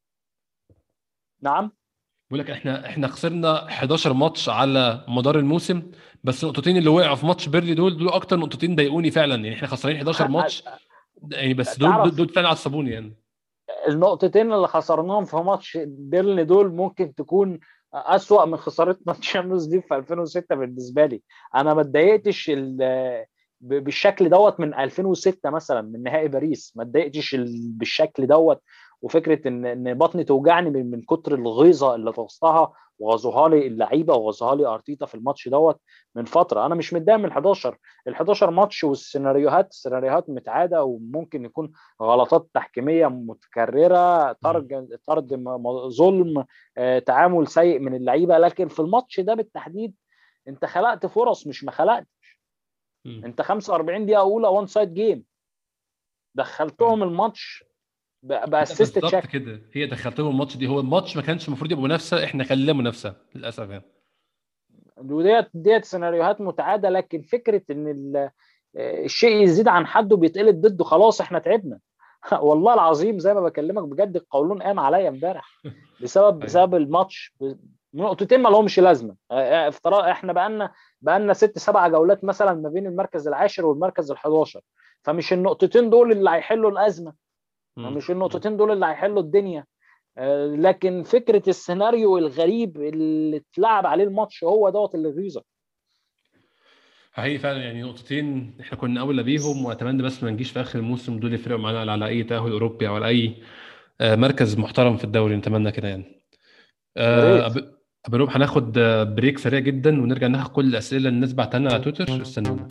نعم. بقول لك احنا خسرنا 11 ماتش على مدار الموسم، بس النقطتين اللي وقعوا في ماتش بيرلي دول اكتر نقطتين ضايقوني فعلا. يعني احنا خسرانين 11 ماتش يعني، بس دول تعرف فعلا عصبوني يعني. النقطتين اللي خسرناهم في ماتش بيرن دول ممكن تكون أسوأ من خسارتنا الشامبيونز ليج في 2006 بالنسبه لي. انا ما اتضايقتش بالشكل دوت من 2006 مثلا، من نهائي باريس ما اتضايقتش بالشكل دوت. وفكره ان بطني توجعني من كتر الغيظه اللي غصتها وغزوها لي اللعيبه وغزوها لي ارتيتا في الماتش دوت من فتره. انا مش متضايق من ال 11 ماتش، السيناريوهات متعاده، وممكن يكون غلطات تحكيميه متكرره، طرد ظلم، تعامل سيء من اللعيبه. لكن في الماتش ده بالتحديد انت خلقت فرص مش ما خلقت. انت 45 دقيقه اولى وان سايد جيم دخلتهم الماتش باسيست بالظبط تشاك. كده، هي دخلتهم الماتش دي. هو الماتش ما كانش المفروض يبقى منافسه، احنا خلينا منافسه للاسف يعني. وديت سيناريوهات متعاده. لكن فكره ان الشيء يزيد عن حده بيتقلب ضده، خلاص احنا تعبنا. والله العظيم زي ما بكلمك بجد، القولون قام عليا امبارح بسبب ايوه. بسبب الماتش. نقطتين ما لهمش لازمه. افتراء، احنا بقالنا 6 7 جولات مثلا ما بين المركز العاشر والمركز ال11. فمش النقطتين دول اللي هيحلوا الازمه، مش النقطتين دول اللي هيحلوا الدنيا. لكن فكره السيناريو الغريب اللي اتلعب عليه الماتش هو دوت اللي غيظك. حقيقي فعلا يعني نقطتين احنا كنا اولى بيهم، واتمنى بس ما نجيش في اخر الموسم دول يفرقوا معانا على اي تاهل اوروبي او على اي مركز محترم في الدوري. نتمنى كده يعني. يا ريت. أبنوب هناخد بريك سريع جدا ونرجع ناخد كل الاسئله اللي الناس بعتها على تويتر. استنونا.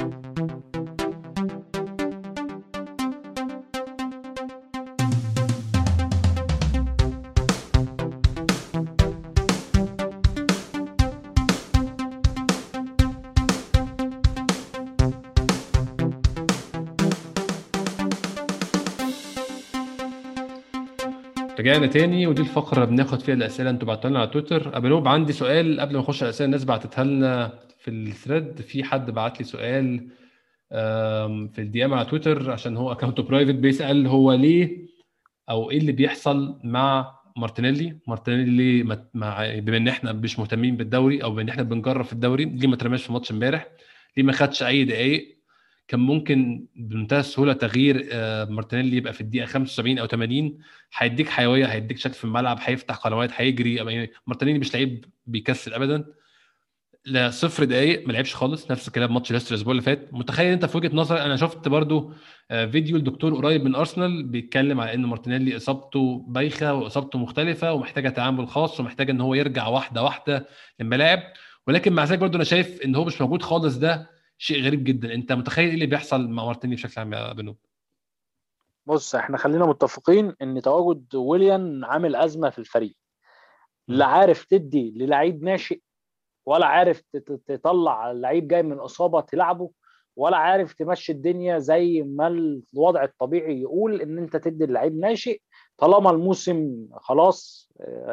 رجعنا تاني، ودي الفقرة بناخد فيها الأسئلة أنتوا بعتوا لنا على تويتر. أبنوب عندي سؤال قبل ما نخش على الأسئلة الناس بعتتها لنا في الثريد. في حد بعت لي سؤال في الدي ام على تويتر عشان هو اكونته برايفت، بيسأل هو ليه او ايه اللي بيحصل مع مارتينيلي ليه بما ان احنا مش مهتمين بالدوري او بما ان احنا بنجرب في الدوري، ليه ما ترماش في ماتش امبارح؟ ليه ما خدش اي دقايق؟ كان ممكن بمنتهى السهوله تغيير مارتينيلي يبقى في الدقيقه 75 او 80. هيديك حيويه، هيديك شكل في الملعب، هيفتح قنوات، هيجري. يعني مارتينيلي مش لعيب بيكسل ابدا. لا، 0 دقايق ما لعبش خالص. نفس الكلام ماتش ليستر الاسبوع اللي فات. متخيل انت في وجهه نظر، انا شفت برضو فيديو الدكتور قريب من ارسنال بيتكلم على ان مارتينيلي اصابته بايخه واصابته مختلفه ومحتاجه تعامل خاص ومحتاجه ان هو يرجع واحده واحده للملاعب. ولكن مع ذلك برضو انا شايف ان هو مش موجود خالص. ده شيء غريب جدا. انت متخيل ايه اللي بيحصل مع مارتينيلي بشكل عام يا بنو؟ بص، احنا خلينا متفقين ان تواجد ويليان عامل ازمه في الفريق. لا مم. عارف تدي للعيب ناشئ، ولا عارف تطلع اللعيب جاي من اصابه تلعبه، ولا عارف تمشي الدنيا زي ما الوضع الطبيعي يقول ان انت تدي اللعيب ناشئ طالما الموسم خلاص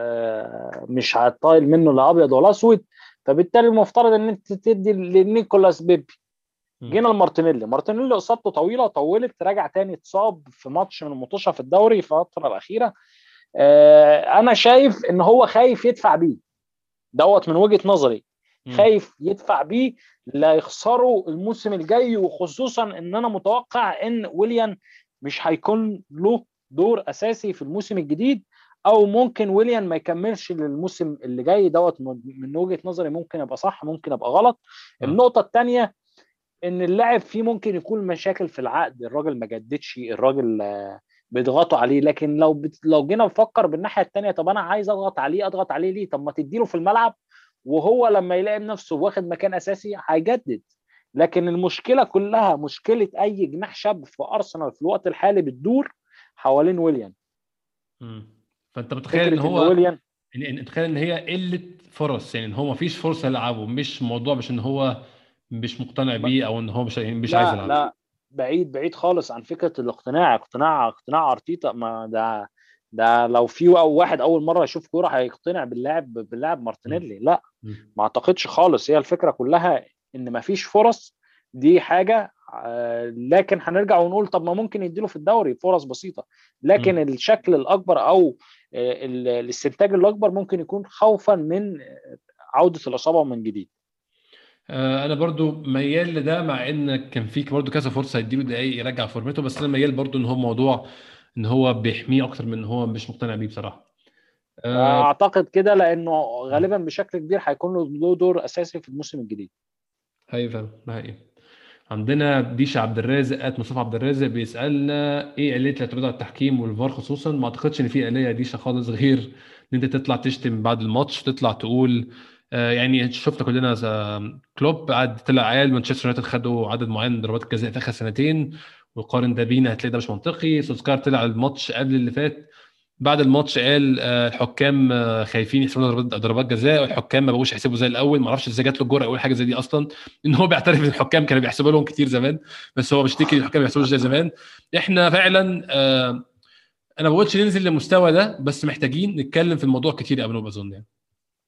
مش هتطايل منه لا ابيض ولا اسود. فبالتالي المفترض ان انت تدي لنيكولاس بيبي. مم. جينا مارتينيلي اصابته طولت، راجع تاني اتصاب في ماتش من الماتشات في الدوري في الفتره الاخيره. انا شايف ان هو خايف يدفع بيه دوت من وجهة نظري. مم. خايف يدفع بيه لا يخسروا الموسم الجاي، وخصوصا ان انا متوقع ان ويليان مش هيكون له دور اساسي في الموسم الجديد، او ممكن ويليان ما يكملش للموسم اللي جاي دوت. من وجهة نظري ممكن ابقى صح، ممكن ابقى غلط. اه. النقطة الثانية ان اللاعب فيه ممكن يكون مشاكل في العقد، الراجل ما جددش، الراجل بيضغطوا عليه. لكن لو جينا نفكر بالناحيه الثانيه، طب انا عايز اضغط عليه ليه؟ طب ما تديله في الملعب، وهو لما يلاقي نفسه واخد مكان اساسي هيجدد. لكن المشكله كلها مشكله اي جناح شاب في ارسنال في الوقت الحالي بتدور حوالين ويليام. مم. فانت متخيل ان فكره ان هو، ويليام يعني تخيل ان هي قله فرص، يعني ان هو ما فيش فرصه يلعبه. مش موضوع مش ان هو مش مقتنع بيه او ان هو مش عايز لا يلعب. لا، بعيد خالص عن فكره الاقتناع. اقتناع ارتيتا، ما ده لو في واحد اول مره يشوف كوره هيقتنع باللاعب مم. مارتينيلي؟ لا، مم. ما اعتقدش خالص. هي الفكره كلها ان ما فيش فرص، دي حاجه. لكن هنرجع ونقول طب ما ممكن يديله في الدوري فرص بسيطه. لكن مم. الشكل الاكبر او الاستنتاج الاكبر ممكن يكون خوفا من عوده الاصابه من جديد. انا برضو ميال لده، مع ان كان فيك برضو كذا فرصه يديله دقايق يرجع فورمته. بس انا ميال برضو ان هو موضوع ان هو بيحميه اكتر من ان هو مش مقتنع بيه بصراحه. آه، اعتقد كده لانه غالبا بشكل كبير هيكون له دور اساسي في الموسم الجديد. هي فعلا ده حقيقي. عندنا ديشا عبد الرازق مصطفى عبد الرازق بيسالنا ايه آلية الاعتراض على التحكيم والفار خصوصا. ما اعتقدش ان في آلية يا ديشا خالص غير ان انت تطلع تشتم بعد الماتش، تطلع تقول يعني شفنا كلنا كلوب قعد طلع عيال مانشستر يونايتد خدوا عدد معين من ضربات الجزاء في اخر سنتين، وقارن ده بينا هتلاقي ده مش منطقي. سوسكار طلع الماتش قبل اللي فات بعد الماتش قال الحكام خايفين يحسبوا ضربات جزاء، والحكام ما بقوش يحسبوا زي الاول. ما اعرفش ازاي جات له الجرأه يقول حاجه زي دي اصلا. ان هو بيعترف ان الحكام كانوا بيحسبوا لهم كتير زمان، بس هو بيشتكي ان الحكام ما بيحسبوش زي زمان. احنا فعلا انا ما بقولش ننزل للمستوى ده، بس محتاجين نتكلم في الموضوع كتير قبل ما اظن يعني.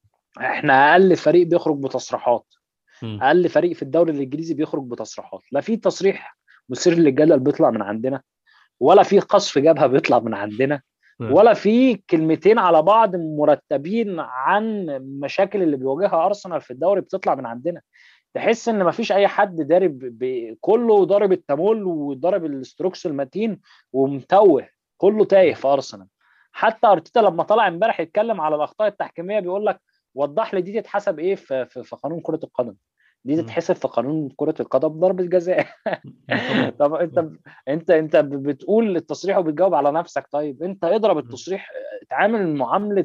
احنا اقل فريق بيخرج بتصريحات، مم. اقل فريق في الدوري الانجليزي بيخرج بتصريحات. لا في تصريح مثير للجدل بيطلع من عندنا، ولا في قصف جبهه بيطلع من عندنا، مم. ولا في كلمتين على بعض مرتبين عن المشاكل اللي بيواجهها ارسنال في الدوري بتطلع من عندنا. تحس ان مفيش اي حد دارب كله ضارب التمول وضارب الاستروكس المتين ومتوه، كله تايه في ارسنال. حتى ارتيتا لما طلع امبارح يتكلم على الاخطاء التحكيميه بيقول لك وضح لي دي تتحسب ايه في قانون كره القدم. دي مم. تتحسب في قانون كره القدم ضربه جزاء. طبعا. طب انت بتقول التصريح وبتجاوب على نفسك. طيب انت اضرب مم. التصريح، اتعامل معامله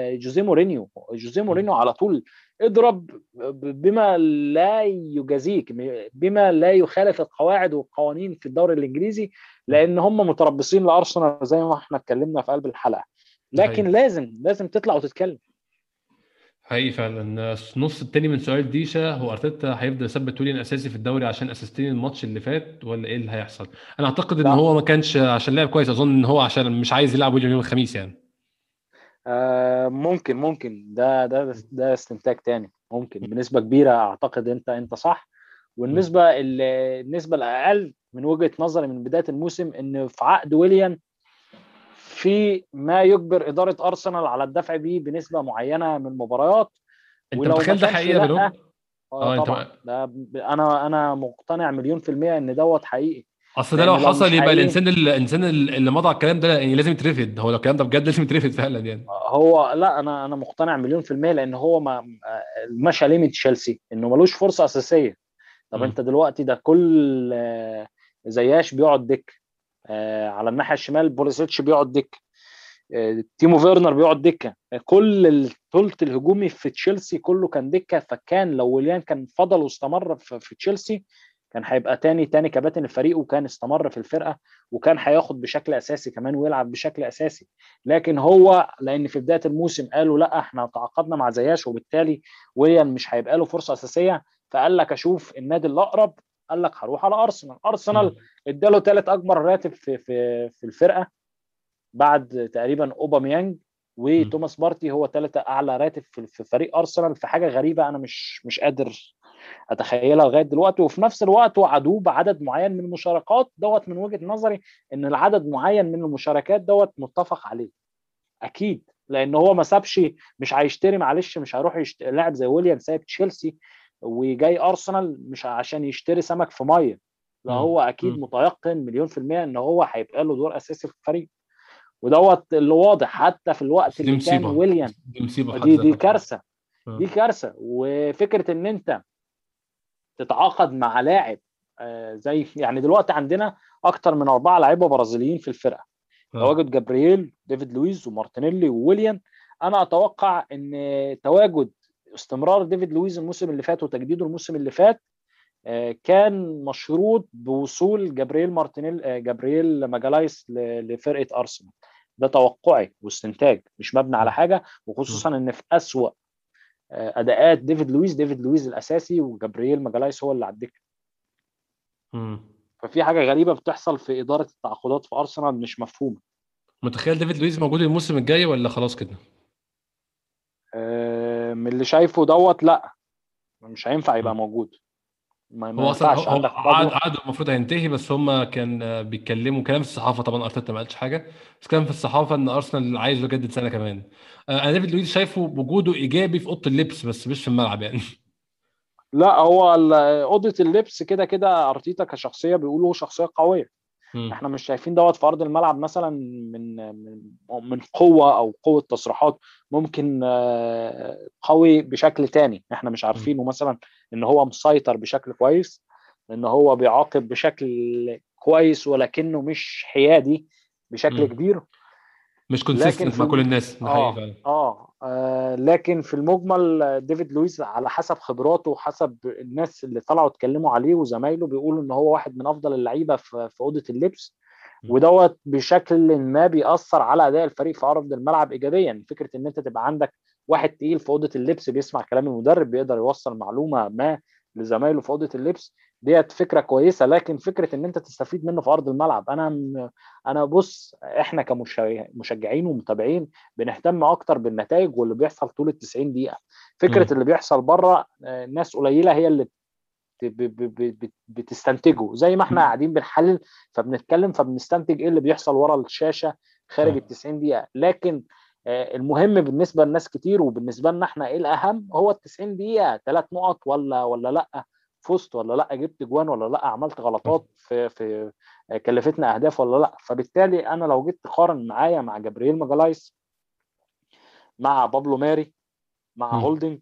جوزيه مم. مورينيو على طول. اضرب بما لا يجازيك، بما لا يخالف القواعد والقوانين في الدوري الانجليزي، مم. لان هم متربصين لارسنال زي ما احنا اتكلمنا في قلب الحلقه. ده حقيقي. لكن لازم تطلع وتتكلم. حقيقي فعلا. النص التاني من سؤال ديشا، هو ارتيتا هيفضل يثبت ويليان اساسي في الدوري عشان اسيستين الماتش اللي فات ولا ايه اللي هيحصل؟ انا اعتقد ان لا، هو ما كانش عشان لعب كويس، اظن ان هو عشان مش عايز يلعب ويليان يوم الخميس يعني. ممكن ده استنتاج تاني ممكن بنسبة كبيرة. اعتقد انت صح. مم. النسبة الاقل من وجهة نظري من بداية الموسم ان في عقد ويليان في ما يجبر إدارة أرسنال على الدفع بيه بنسبة معينة من المباريات. انت ولو ما متخيل ده كانش حقيقه يا لا، بنو؟ اه انت طبعا ده انا مقتنع مليون في المية ان دوت حقيقي. اصل ده لان لو لو مش حصل يبقى حقيقي، الانسان اللي مضى على الكلام ده يعني لازم يترفد. هو لو الكلام ده بجد لازم يترفد فعلا يعني. هو لا، انا مقتنع مليون في المية، لان هو ما مشى ليه من تشيلسي انه ملوش فرصة اساسية. طب مم. انت دلوقتي ده كل زياش بيقعد دك، على الناحية الشمال بوليسيتش بيقعد دك، تيمو فيرنر بيقعد دكه، كل الثلث الهجومي في تشيلسي كله كان دكه. فكان لو ويليان كان فضل واستمر في تشيلسي، كان هيبقى تاني كباتن الفريق، وكان استمر في الفرقه، وكان هياخد بشكل اساسي كمان ويلعب بشكل اساسي. لكن هو لان في بدايه الموسم قالوا لا احنا تعاقدنا مع زياش، وبالتالي ويليان مش هيبقى له فرصه اساسيه، فقال لك اشوف النادي الاقرب. قال لك هروح على ارسنال. ارسنال مم. اداله ثالث اكبر راتب في الفرقه بعد تقريبا اوباميانج، مم. وتوماس بارتي هو ثالث اعلى راتب في فريق ارسنال. في حاجه غريبه انا مش قادر اتخيلها لغايه دلوقتي. وفي نفس الوقت وعدوه بعدد معين من المشاركات دوت. من وجهه نظري ان العدد معين من المشاركات دوت متفق عليه اكيد، لان هو ما سابش. مش هيشتري، معلش، مش هيروح لاعب زي ويليام سايب تشيلسي وجاي ارسنال مش عشان يشتري سمك في ميه. لا، مم. هو اكيد مم. متيقن مليون في المية ان هو هيبقى له دور اساسي في الفريق. ودوت اللي واضح حتى في الوقت بس دي اللي كان مصيبه، ويليام. دي مصيبه في حد دي ذاتها بصراحه. كارثه. دي آه. كارثه. وفكره ان انت تتعاقد مع لاعب زي يعني دلوقتي عندنا اكتر من 4 لعيبه برازيليين في الفرقه. آه. تواجد جابرييل، ديفيد لويز، ومارتينيلي، وويليام. انا اتوقع ان تواجد استمرار ديفيد لويز الموسم اللي فات وتجديده الموسم اللي فات كان مشروط بوصول جابرييل مارتينيل جابرييل ماجالايس لفرقه ارسنال. ده توقعي واستنتاج مش مبني على مم. حاجه، مم. وخصوصا ان في اسوأ اداءات ديفيد لويز الاساسي وجابرييل ماجالايس هو اللي على الدكه. مم. ففي حاجه غريبه بتحصل في اداره التعاقدات في ارسنال مش مفهومه. متخيل ديفيد لويس موجود الموسم الجاي ولا خلاص كده؟ من اللي شايفه دوت لا، مش هينفع يبقى مم. موجود. ما هو اصلا ينفعش هو عندك قدوه. عقده المفروض هينتهي، بس هم كان بيتكلموا كلام في الصحافه. طبعا ارتيتا ما قالش حاجه، بس كان في الصحافه ان ارسنال عايز يجدد سنه كمان. انا ديفيد لويس شايفه وجوده ايجابي في اوضه اللبس، بس مش في الملعب يعني. لا، هو اوضه اللبس كده كده ارتيتا كشخصيه بيقولوا شخصيه قويه. مم. احنا مش شايفين دوت في ارض الملعب مثلا من قوه او قوه تصريحات. ممكن قوي بشكل تاني احنا مش مم. عارفينه، مثلا ان هو مسيطر بشكل كويس، ان هو بيعاقب بشكل كويس ولكنه مش حيادي بشكل مم. كبير. مش لكن كونسيستنت في مع كل الناس، ده حقيقي فعلا. لكن في المجمل ديفيد لويس على حسب خبراته وحسب الناس اللي طلعوا اتكلموا عليه وزمايله بيقولوا ان هو واحد من افضل اللعيبه في اوضه اللبس. مم. ودوت بشكل ما بيأثر على اداء الفريق في ارض الملعب ايجابيا. فكره ان انت تبقى عندك واحد تقيل في اوضه اللبس بيسمع كلام المدرب، بيقدر يوصل معلومه ما لزمايله في اوضه اللبس، ديت فكره كويسه. لكن فكره ان انت تستفيد منه في ارض الملعب، انا بص، احنا كمشجعين ومتابعين بنهتم اكتر بالنتائج واللي بيحصل طول ال 90 دقيقه. فكره مم. اللي بيحصل بره ناس قليله هي اللي بتستنتجه، زي ما احنا قاعدين بنحلل فبنتكلم فبنستنتج ايه اللي بيحصل ورا الشاشه خارج صح. ال 90 دقيقه. لكن المهم بالنسبه لناس كتير وبالنسبه لنا احنا ايه الاهم، هو ال 90 دقيقه 3 نقط ولا لا، فزت ولا لا، جبت جوان ولا لا، عملت صح. غلطات في كلفتنا اهداف ولا لا. فبالتالي انا لو جيت تقارن معايا مع جابرييل ماجالايس، مع بابلو ماري، مع مم. هولدنج،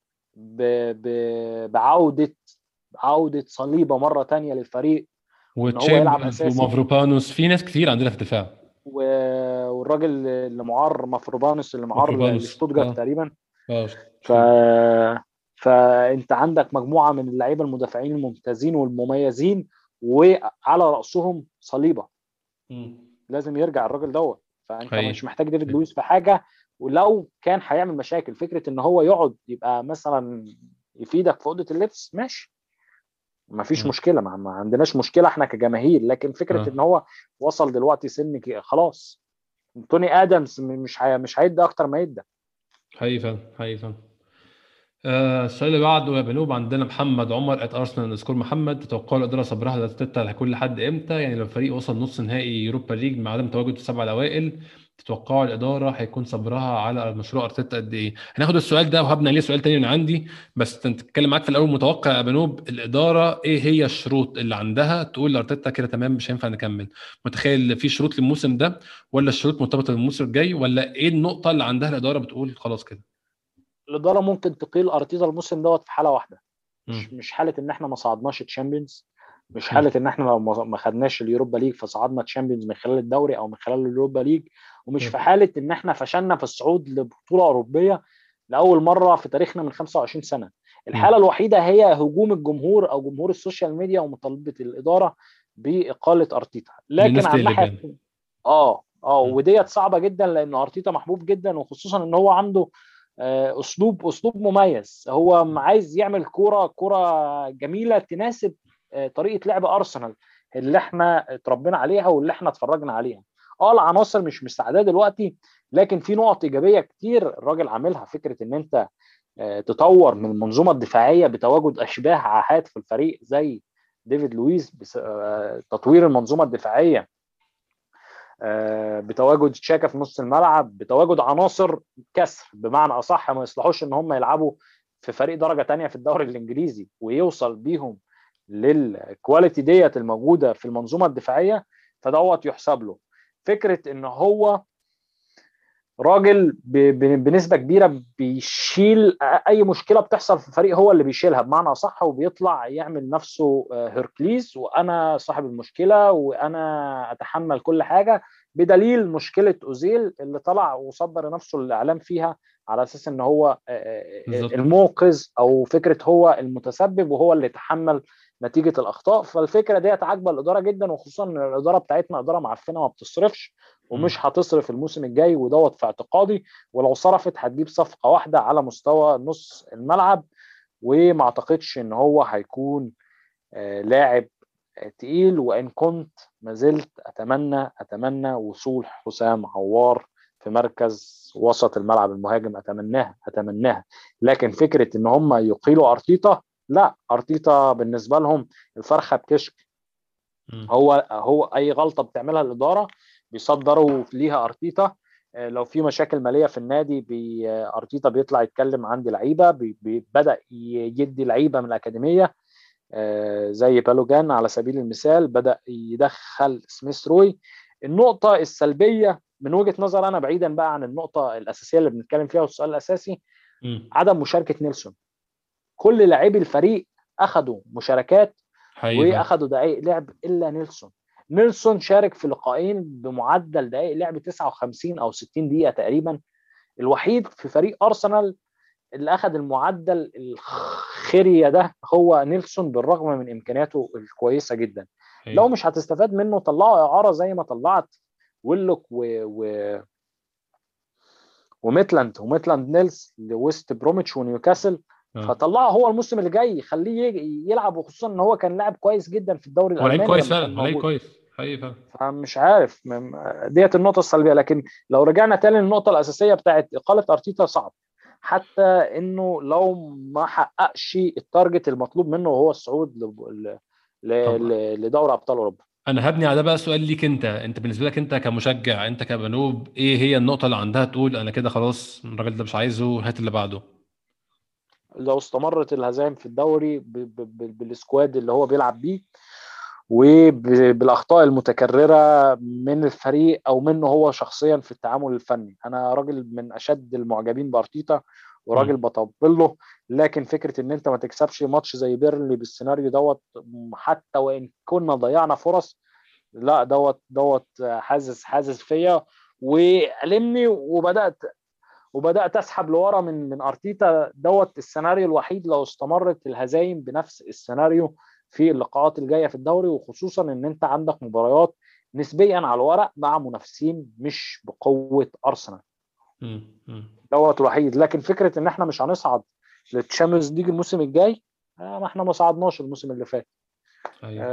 بعودة صليبة مرة تانية للفريق، وان هو يلعب وتشامبرز اساسي، ومافروبانوس، في ناس كتير عندنا في الدفاع. والراجل اللي معار مافروبانوس اللي معار مافروبانوس لشتوتجارت اه. تقريبا. اه. ف فانت عندك مجموعة من اللعيبة المدافعين الممتازين والمميزين، وعلى رأسهم صليبة. مم. لازم يرجع الراجل دوت. فانت مش حقيقي. محتاج ديفيد لويس في حاجة. ولو كان هيعمل مشاكل فكرة ان هو يقعد يبقى مثلا يفيدك في أوضة اللبس، ماشي، ما فيش مم. مشكله، ما عندناش مشكله احنا كجماهير. لكن فكره اه. ان هو وصل دلوقتي خلاص. توني ادمز مش هيدي اكتر ما يدي. حقيقي فعلا، حقيقي فعلا. السؤال اللي بعده يا بنوب، عندنا محمد عمر @arsenal سكور محمد: تتوقع الاداره صبرها لارتيتا هيكون لحد امتى؟ يعني لو الفريق وصل نص نهائي يوروبا ليج مع عدم تواجد في السبعه الاوائل، تتوقعوا الاداره هيكون صبرها على مشروع ارتيتا قد ايه؟ هناخد السؤال ده وهبني عليه سؤال تاني من عندي، بس نتكلم معاك في الاول. متوقع يا بنوب الاداره ايه هي الشروط اللي عندها تقول لارتيتا كده تمام مش هينفع نكمل؟ متخيل في شروط للموسم ده، ولا الشروط مرتبطه بالموسم الجاي، ولا ايه النقطه اللي عندها الاداره بتقول خلاص كده؟ الاداره ممكن تقيل ارتيتا الموسم دوت في حاله واحده، مم. مش حاله ان احنا ما صعدناش تشامبيونز، مش مم. حاله ان احنا لو ما خدناش اليوروبا ليج فصعدنا تشامبيونز من خلال الدوري او من خلال اليوروبا ليج، ومش في حاله ان احنا فشلنا في الصعود لبطوله اوروبيه لاول مره في تاريخنا من 25 سنه. الحاله مم. الوحيده هي هجوم الجمهور او جمهور السوشيال ميديا ومطالبه الاداره باقاله ارتيتا، لكن للناس عن تقلب ناحيه يعني. مم. وديت صعبه جدا لان ارتيتا محبوب جدا، وخصوصا ان هو عنده اسلوب مميز. هو عايز يعمل كوره جميله تناسب طريقه لعب ارسنال اللي احنا اتربينا عليها واللي احنا اتفرجنا عليها. العناصر مش مستعده دلوقتي، لكن في نقط ايجابيه كتير الراجل عاملها. فكره ان انت تطور من المنظومه الدفاعيه بتواجد اشباه عاهات في الفريق زي ديفيد لويس، تطوير المنظومه الدفاعيه بتواجد شاكا في نص الملعب، بتواجد عناصر كسر بمعنى اصح ما يصلحوش ان هم يلعبوا في فريق درجه تانية في الدوري الانجليزي، ويوصل بيهم للكواليتي ديت الموجوده في المنظومه الدفاعيه، فدوت يحسب له. فكره ان هو راجل بنسبه كبيره بيشيل اي مشكله بتحصل في الفريق، هو اللي بيشيلها بمعنى صح، وبيطلع يعمل نفسه هيركليس وانا صاحب المشكله وانا اتحمل كل حاجه، بدليل مشكله اوزيل اللي طلع وصدر نفسه الاعلام فيها على اساس ان هو بالظبط. المنقذ، او فكره هو المتسبب وهو اللي يتحمل نتيجه الاخطاء. فالفكره دي عاجبه الاداره جدا، وخصوصا ان الاداره بتاعتنا اداره معفنه ما بتصرفش مم. ومش هتصرف الموسم الجاي، ودوت في اعتقادي. ولو صرفت هتجيب صفقة واحدة على مستوى نص الملعب، وما اعتقدش ان هو هيكون لاعب تقيل. وان كنت ما زلت اتمنى وصول حسام عوار في مركز وسط الملعب المهاجم، اتمناها. لكن فكرة ان هم يقيلوا ارتيتا، لا، ارتيتا بالنسبة لهم الفرخة بكشك. مم. هو اي غلطه بتعملها الاداره بيصدروا ليها ارتيتا. لو في مشاكل ماليه في النادي ارتيتا بيطلع يتكلم عند لعيبه، بدا يدي لعيبه من الاكاديميه زي بالوجان على سبيل المثال، بدا يدخل سميث روي. النقطه السلبيه من وجهه نظر انا، بعيدا بقى عن النقطه الاساسيه اللي بنتكلم فيها والسؤال الاساسي، مم. عدم مشاركه نيلسون. كل لاعبي الفريق اخذوا مشاركات حقيقي فعلا. واخدوا دقائق لعب الا نيلسون. نيلسون شارك في لقاءين بمعدل دقائق لعب 59 او 60 دقيقه تقريبا، الوحيد في فريق ارسنال اللي اخذ المعدل الخيريه ده هو نيلسون، بالرغم من امكانياته الكويسه جدا. لو حقيقي. مش هتستفاد منه طلعه اعاره زي ما طلعت ويلوك وميتلاند نيلز لويست بروميتش ونيوكاسل. اه فطلعه هو الموسم اللي جاي، خليه يلعب، وخصوصا ان هو كان لاعب كويس جدا في الدوري هو لعيب الالماني كويس لما فعلا، كان هو لعيب موجود. كويس. حقيقي فعلا. فمش عارف ديت النقطه السلبيه. لكن لو رجعنا تاني للنقطه الاساسيه بتاعت اقاله ارتيتا، صعب حتى انه لو ما حققش التارجت المطلوب منه وهو الصعود طب لدوري ابطال اوروبا. انا هبني على ده بقى سؤال ليك انت بالنسبه لك انت كمشجع، انت كبنوب، ايه هي النقطه اللي عندها تقول انا كده خلاص الراجل ده مش عايزه، هات اللي بعده؟ لو استمرت الهزائم في الدوري بالسكواد اللي هو بيلعب بيه، وبالاخطاء المتكرره من الفريق او منه هو شخصيا في التعامل الفني. انا راجل من اشد المعجبين بارتيتا وراجل مم. بطبل له، لكن فكره ان انت ما تكسبش ماتش زي بيرنلي بالسيناريو دوت، حتى وان كنا ضيعنا فرص، لا، دوت حازز فيا وألمني، وبدات اسحب لورا من ارتيتا. دوت السيناريو الوحيد لو استمرت الهزايم بنفس السيناريو في اللقاءات الجايه في الدوري، وخصوصا ان انت عندك مباريات نسبيا على الورق مع منافسين مش بقوه ارسنال. مم. مم. دوت الوحيد. لكن فكره ان احنا مش هنصعد للتشامبيونز ليج الموسم الجاي، ما احنا ما صعدناش الموسم اللي فات. ايوه.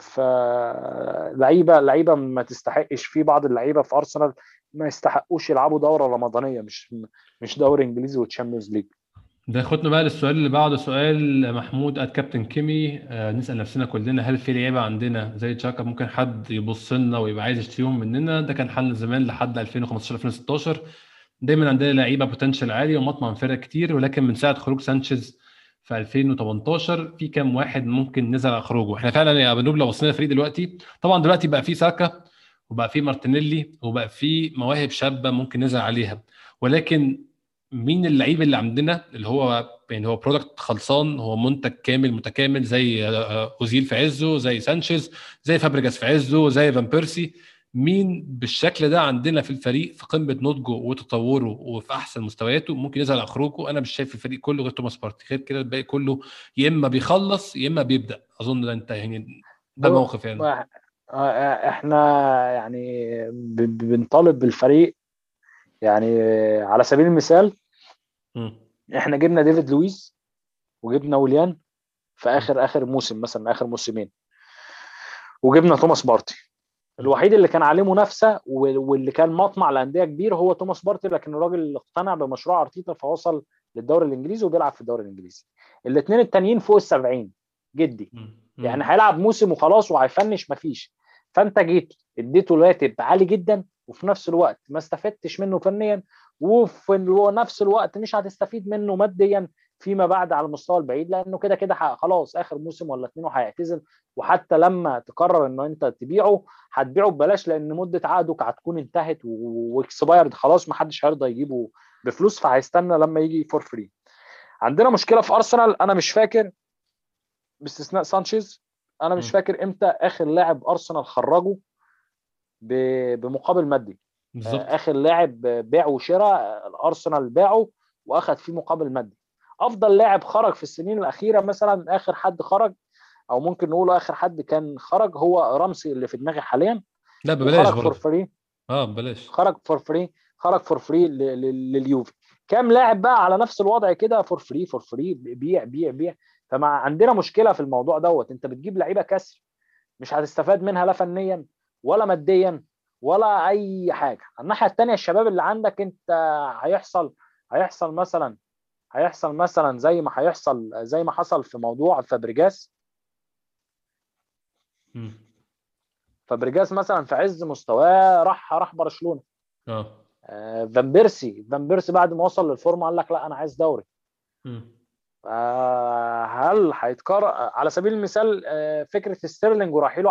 فلعيبه ما تستحقش، في بعض اللعيبه في ارسنال ما يستحقوش يلعبوا دوره رمضانيه، مش دوري انجليزي وتشامبيونز ليج. ده خدنا بقى للسؤال اللي بعده، سؤال محمود كابتن كيمي. نسأل نفسنا كلنا، هل في لعيبة عندنا زي تشاكا ممكن حد يبص لنا ويبقى عايز يشتريهم مننا؟ ده كان حل زمان لحد 2015 2016. دايما عندنا لعيبة بوتنشال عالي ومطمع فرق كتير، ولكن من ساعة خروج سانشيز في 2018 في كام واحد ممكن نزل على خروجه. احنا فعلا يا بنوب لو بصينا الفريق دلوقتي، طبعا دلوقتي بقى في ساكا وبقى في مارتينيلي وبقى في مواهب شابة ممكن نزل عليها، ولكن مين اللعيب اللي عندنا اللي هو يعني هو برودكت خلصان، هو منتج كامل متكامل، زي اوزيل في عزه، زي سانشيز، زي فابريجاس في عزه، زي فان بيرسي؟ مين بالشكل ده عندنا في الفريق في قمه نضجه وتطوره وفي احسن مستوياته ممكن يظهر على خروجه؟ انا مش شايف الفريق كله غير توماس بارتي، غير كده الباقي كله يا اما بيخلص يا اما بيبدا. اظن ده انت يعني ده ب- الموقف يعني. احنا يعني بنطالب بالفريق. يعني على سبيل المثال مم. احنا جبنا ديفيد لويس وجبنا ويليان في مم. اخر موسم، مثلا اخر موسمين، وجبنا توماس بارتي. الوحيد اللي كان عليه منافسه واللي كان مطمع لانديه كبير هو توماس بارتي، لكن الراجل اللي اقتنع بمشروع ارتيتا فوصل للدوري الانجليزي وبيلعب في الدوري الانجليزي. الاثنين التانيين فوق ال70 جدي، مم. يعني مم. هيلعب موسم وخلاص وهيفنش مفيش. فانت جيت اديته راتب عالي جدا وفي نفس الوقت ما استفدتش منه فنيا، وفي نفس الوقت مش هتستفيد منه ماديا فيما بعد على المستوى البعيد، لانه كده كده خلاص اخر موسم ولا اتنين وهيعتزل. وحتى لما تقرر ان انت تبيعه هتبيعه ببلاش، لان مده عقدك هتكون انتهت واكسبايرد خلاص، ما حدش هيرضى يجيبه بفلوس، فهيستنى لما يجي فور فري. عندنا مشكله في ارسنال، انا مش فاكر باستثناء سانشيز، انا مش مم. فاكر امتى اخر لاعب ارسنال خرجه بمقابل مادي. بالظبط. اخر لاعب بيع وشراء الارسنال باعه واخد فيه مقابل مادي. افضل لاعب خرج في السنين الاخيره، مثلا اخر حد خرج او ممكن نقول اخر حد كان خرج هو رامسي اللي في دماغي حاليا، لا ببلاش وخرج فور برضه. فري. اه ببلاش. خرج فور فري، خرج فور فري لليوفي. كام لاعب بقى على نفس الوضع كده فور فري فور فري، بيع بيع بيع. فما عندنا مشكله في الموضوع دوت، انت بتجيب لعيبه كسر مش هتستفاد منها لا فنيا ولا ماديا ولا اي حاجه. الناحيه الثانيه الشباب اللي عندك انت، هيحصل هيحصل مثلا هيحصل مثلا زي ما حصل في موضوع فابريجاس. مم. فابريجاس مثلا في عز مستواه راح برشلونه. اه. فان بيرسي بعد ما وصل للفورمه قال لك لا انا عايز دوري. مم. هل هيتكرر على سبيل المثال فكره ستيرلينج ورحيله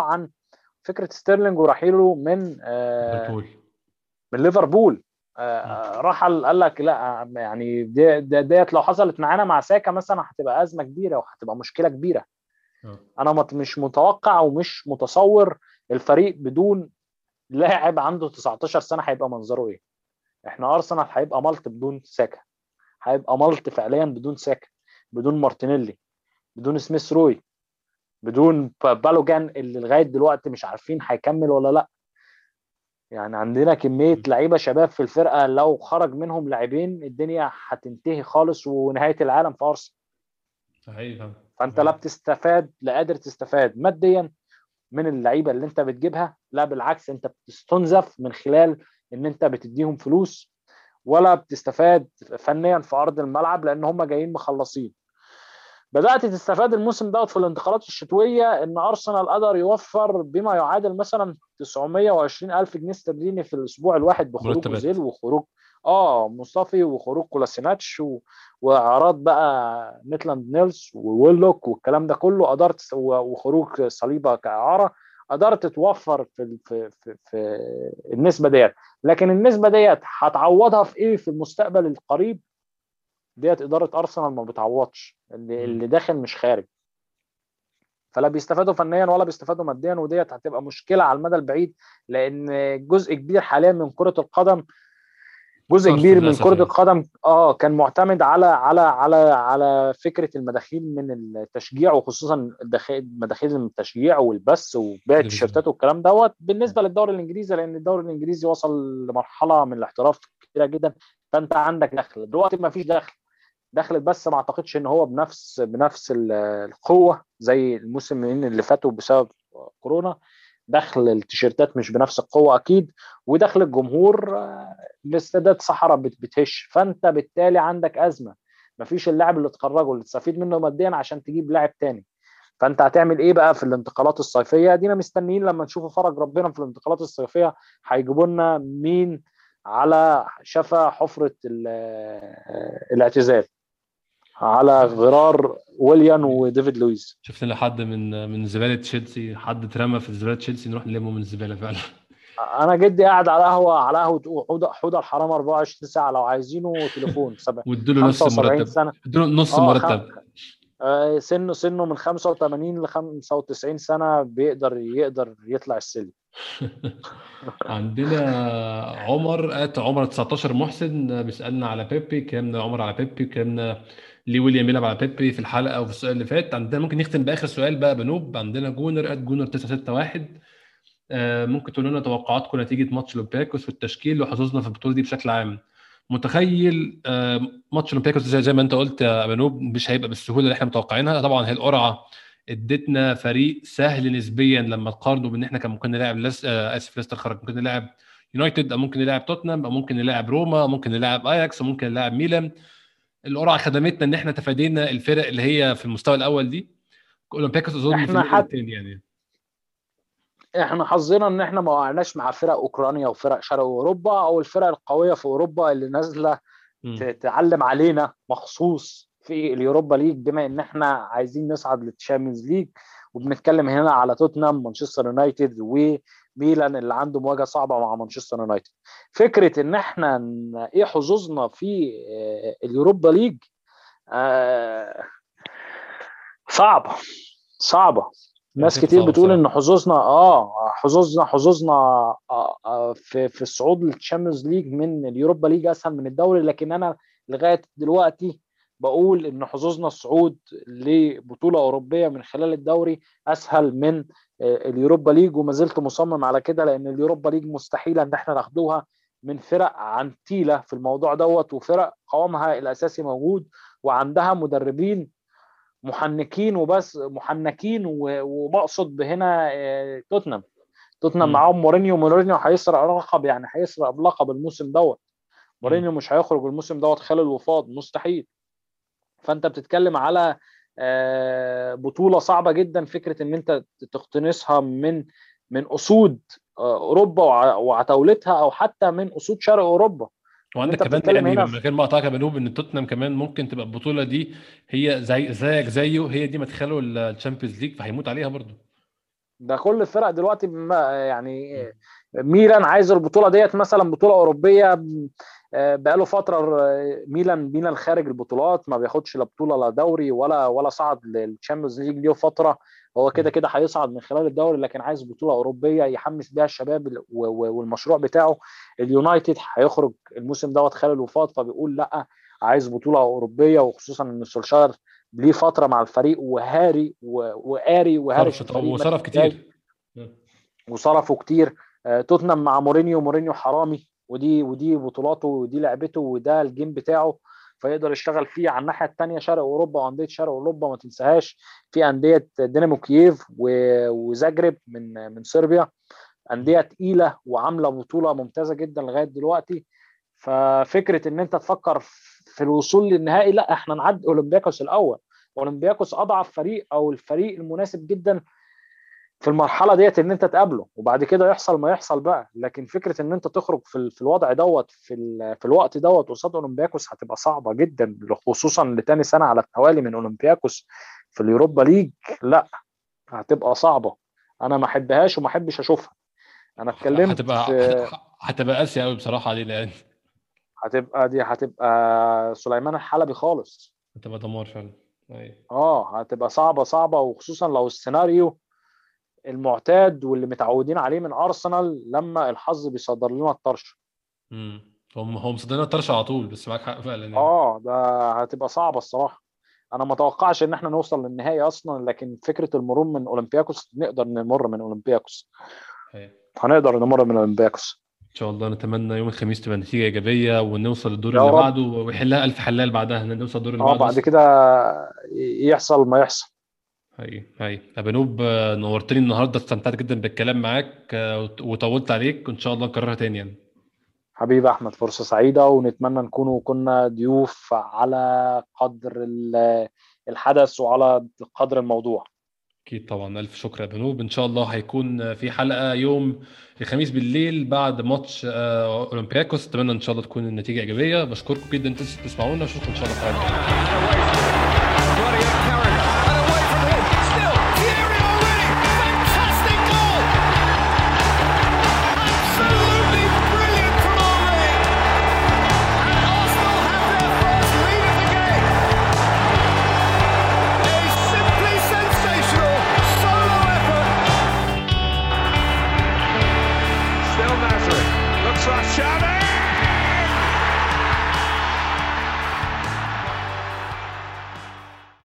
ليفربول. من ليفربول؟ مم. راح قال لك لا، يعني ديت لو حصلت معانا مع ساكا مثلا هتبقى ازمه كبيره وهتبقى مشكله كبيره. اه. انا مش متوقع ومش متصور الفريق بدون لاعب عنده 19 سنه هيبقى منظره ايه. احنا ارسنال هيبقى ملط بدون ساكا، هيبقى ملط فعليا بدون ساكا، بدون مارتينيلي، بدون سميث روي، بدون بالوجان اللي لغايه دلوقتي مش عارفين هيكمل ولا لا. يعني عندنا كمية مم. لعيبة شباب في الفرقة، لو خرج منهم لاعبين الدنيا هتنتهي خالص ونهاية العالم في أرسنال. صحيح فاهم. فأنت لا صحيح. بتستفاد، لا قادر تستفاد ماديا من اللعيبة اللي أنت بتجيبها، لا بالعكس أنت بتستنزف من خلال إن أنت بتديهم فلوس، ولا بتستفاد فنيا في أرض الملعب لأن هم جايين مخلصين. بدأت تستفاد الموسم دوت في الانتقالات الشتوية إن أرسنال قدر يوفر بما يعادل مثلا 920 ألف جنيه استرليني في الأسبوع الواحد بخروج مرتبات. أوزيل وخروج مصطفي وخروج كولاسيناتش وإعارات بقى ميتلاند نيلز وويلوك والكلام ده كله، قدرت وخروج صليبة كإعارة، قدرت توفر في النسبة ديت. لكن النسبة ديت هتعوضها في إيه في المستقبل القريب؟ ديت اداره ارسنال ما بتعوضش، اللي مم. داخل مش خارج. فلا بيستفادوا فنيا ولا بيستفادوا ماديا، وديت هتبقى مشكله على المدى البعيد. لان جزء كبير حاليا من كره القدم، جزء صرف كبير من للاسف كره يعني. القدم كان معتمد على فكره المداخيل من التشجيع، وخصوصا مداخيل من التشجيع والبث وبيع تلفزيون. التيشيرتات والكلام دوت بالنسبه للدوري الانجليزي، لان الدوري الانجليزي وصل لمرحله من الاحتراف كبيره جدا. فانت عندك دخل دلوقتي، ما فيش دخلت، بس ما اعتقدش ان هو بنفس القوه زي الموسمين اللي فاتوا بسبب كورونا. دخل التيشيرتات مش بنفس القوه اكيد، ودخل الجمهور الاستادات صحراء بتهش، فانت بالتالي عندك ازمه. مفيش اللاعب اللي تخرجه اللي تستفيد منه ماديا عشان تجيب لاعب تاني. فانت هتعمل ايه بقى في الانتقالات الصيفيه؟ دينا مستنيين لما نشوف فرج ربنا في الانتقالات الصيفيه هيجيبوا لنا مين على شفا حفره الاعتزال، على غرار ويليان وديفيد لويس. شفت لنا حد من زباله تشيلسي، حد اترمى في زباله تشيلسي، نروح نلمه من الزباله فعلا. انا جدي قاعد على قهوه حوضه الحرام 24 ساعه، لو عايزينه تليفون وادوا له نص 75 المرتب، سنه. ادوا له نص اه المرتب. سنه من 85 ل 95 سنه يقدر يطلع السلم. عندنا عمر 19 محسن بيسالنا على بيبي، كلامنا عمر على بيبي، كلامنا ليه ويليام يلعب على بيبي في الحلقه وفي السؤال اللي فات. عندنا ممكن نختم باخر سؤال بقى بنوب. عندنا جونر 961 ممكن تقول لنا توقعاتكم نتيجه ماتش اولمبياكوس والتشكيل وحظوظنا في البطوله دي بشكل عام. متخيل ماتش اولمبياكوس زي ما انت قلت يا بنوب مش هيبقى بالسهوله اللي احنا متوقعينها. طبعا هي القرعه ادتنا فريق سهل نسبيا لما تقارنه بان احنا كان ممكن نلعب اسف ليستر خرج، ممكن نلعب يونايتد او ممكن نلعب توتنهام او ممكن نلعب روما او ممكن نلعب اياكس او ممكن نلعب ميلان. القرعه خدمتنا ان احنا تفادينا الفرق اللي هي في المستوى الاول دي. اولمبياكوس اظن في احنا الليفل حتى الثاني يعني. احنا حظنا ان احنا ما وقعناش مع فرق اوكرانيا وفرق شرق اوروبا او الفرق القويه في اوروبا اللي نازله تعلم علينا مخصوص في اليوروبا ليج، بما ان احنا عايزين نصعد للتشامبيونز ليج. وبنتكلم هنا على توتنهام، مانشستر يونايتد، وميلان اللي عنده مواجهه صعبه مع مانشستر يونايتد. فكره ان احنا ايه حظوظنا في اليوروبا ليج؟ آه، صعبه صعبه. ناس هتبقى كتير صعبه بتقول ان بصراحه. حظوظنا في الصعود للتشامبيونز ليج من اليوروبا ليج اسهل من الدوري، لكن انا لغايه دلوقتي بقول ان حظوظنا الصعود لبطوله اوروبيه من خلال الدوري اسهل من اليوروبا ليج. وما زلت مصمم على كده، لان اليوروبا ليج مستحيل ان احنا ناخدوها من فرق عنتيله في الموضوع دوت، وفرق قوامها الاساسي موجود وعندها مدربين محنكين وبس، محنكين وبقصد بهنا توتنهام معاهم مورينيو هيسرق لقب، يعني هيسرق بلقب الموسم دوت. مورينيو مش هيخرج الموسم دوت خالي الوفاض، مستحيل. فانت بتتكلم على بطولة صعبة جدا، فكرة ان انت تقتنصها من اسود اوروبا وعتاولتها، او حتى من اسود شرق اوروبا. ان وعندك انت كمان بتتكلم يعني هنا من غير ما اقطعك يا بنوب ان توتنهام كمان ممكن تبقى البطوله دي هي زيك زيه، هي دي مدخله الشامبيونز ليج فهيموت عليها برضو. ده كل الفرق دلوقتي يعني ميلان عايز البطوله ديت مثلا بطوله اوروبيه. بقاله فتره ميلان خارج البطولات، ما بياخدش لا بطوله لا دوري ولا صعد للتشامبيونز ليج ليه فتره. هو كده كده هيصعد من خلال الدوري، لكن عايز بطوله اوروبيه يحمس بيها الشباب والمشروع بتاعه. اليونايتد هيخرج الموسم دوت خالي الوفاض، فبيقول لا، عايز بطوله اوروبيه، وخصوصا ان سولشاير ليه فتره مع الفريق وهاري وقاري وهارش الفريق ماشي وصرف ازاي، كتير. وصرفوا كتير. توتنهام مع مورينيو حرامي، ودي بطولاته ودي لعبته وده الجيم بتاعه، فيقدر يشتغل فيه. على الناحيه الثانيه شرق اوروبا وانديه شرق اوروبا ما تنساهاش، في انديه دينامو كييف وزاجرب من صربيا، انديه تقيله وعامله بطوله ممتازه جدا لغايه دلوقتي. ففكره ان انت تفكر في الوصول للنهائي، لا، احنا نعدي اولمبياكوس الاول. اولمبياكوس اضعف فريق او الفريق المناسب جدا في المرحله ديت ان انت تقابله، وبعد كده يحصل ما يحصل بقى. لكن فكره ان انت تخرج في الوضع دوت في الوقت دوت قصاد اولمبياكوس هتبقى صعبه جدا، خصوصا لتاني سنه على التوالي من اولمبياكوس في اليوروبا ليج. لا، هتبقى صعبه، انا ما احبهاش وما احبش اشوفها. انا اتكلمت هتبقى في هتبقى قاسيه قوي بصراحه دي لان هتبقى سليمان الحلبي خالص. هتبقى دمار فعلا. ايوه. هتبقى صعبه، وخصوصا لو السيناريو المعتاد واللي متعودين عليه من ارسنال لما الحظ بيصدر لنا الطرش. هم مصدقين الطرش على طول، بس معاك حق فعلا يعني. ده هتبقى صعبة الصراحة. انا ما اتوقعش ان احنا نوصل للنهائي اصلا، لكن فكرة المرور من اولمبياكوس نقدر نمر من اولمبياكوس، أيوة. هنقدر نمر من اولمبياكوس. ان شاء الله نتمنى يوم الخميس تبقى نتيجه ايجابيه ونوصل للدور يا اللي رب. بعده ويحلها الف حلال بعدها نوصل الدور اللي بعده بعد بس. كده يحصل ما يحصل. هاي يا بنوب نورتني النهارده، استمتعت جدا بالكلام معاك وطولت عليك، وان شاء الله نكررها تاني يعني. حبيبي احمد، فرصه سعيده، ونتمنى نكونوا كنا ضيوف على قدر الحدث وعلى قدر الموضوع. اكيد طبعا، الف شكر يا بنوب. ان شاء الله هيكون في حلقه يوم الخميس بالليل بعد ماتش اولمبياكوس. اتمنى ان شاء الله تكون النتيجه ايجابيه. بشكركم جدا انتوا تسمعونا، واشوفكم ان شاءالله في حلقه.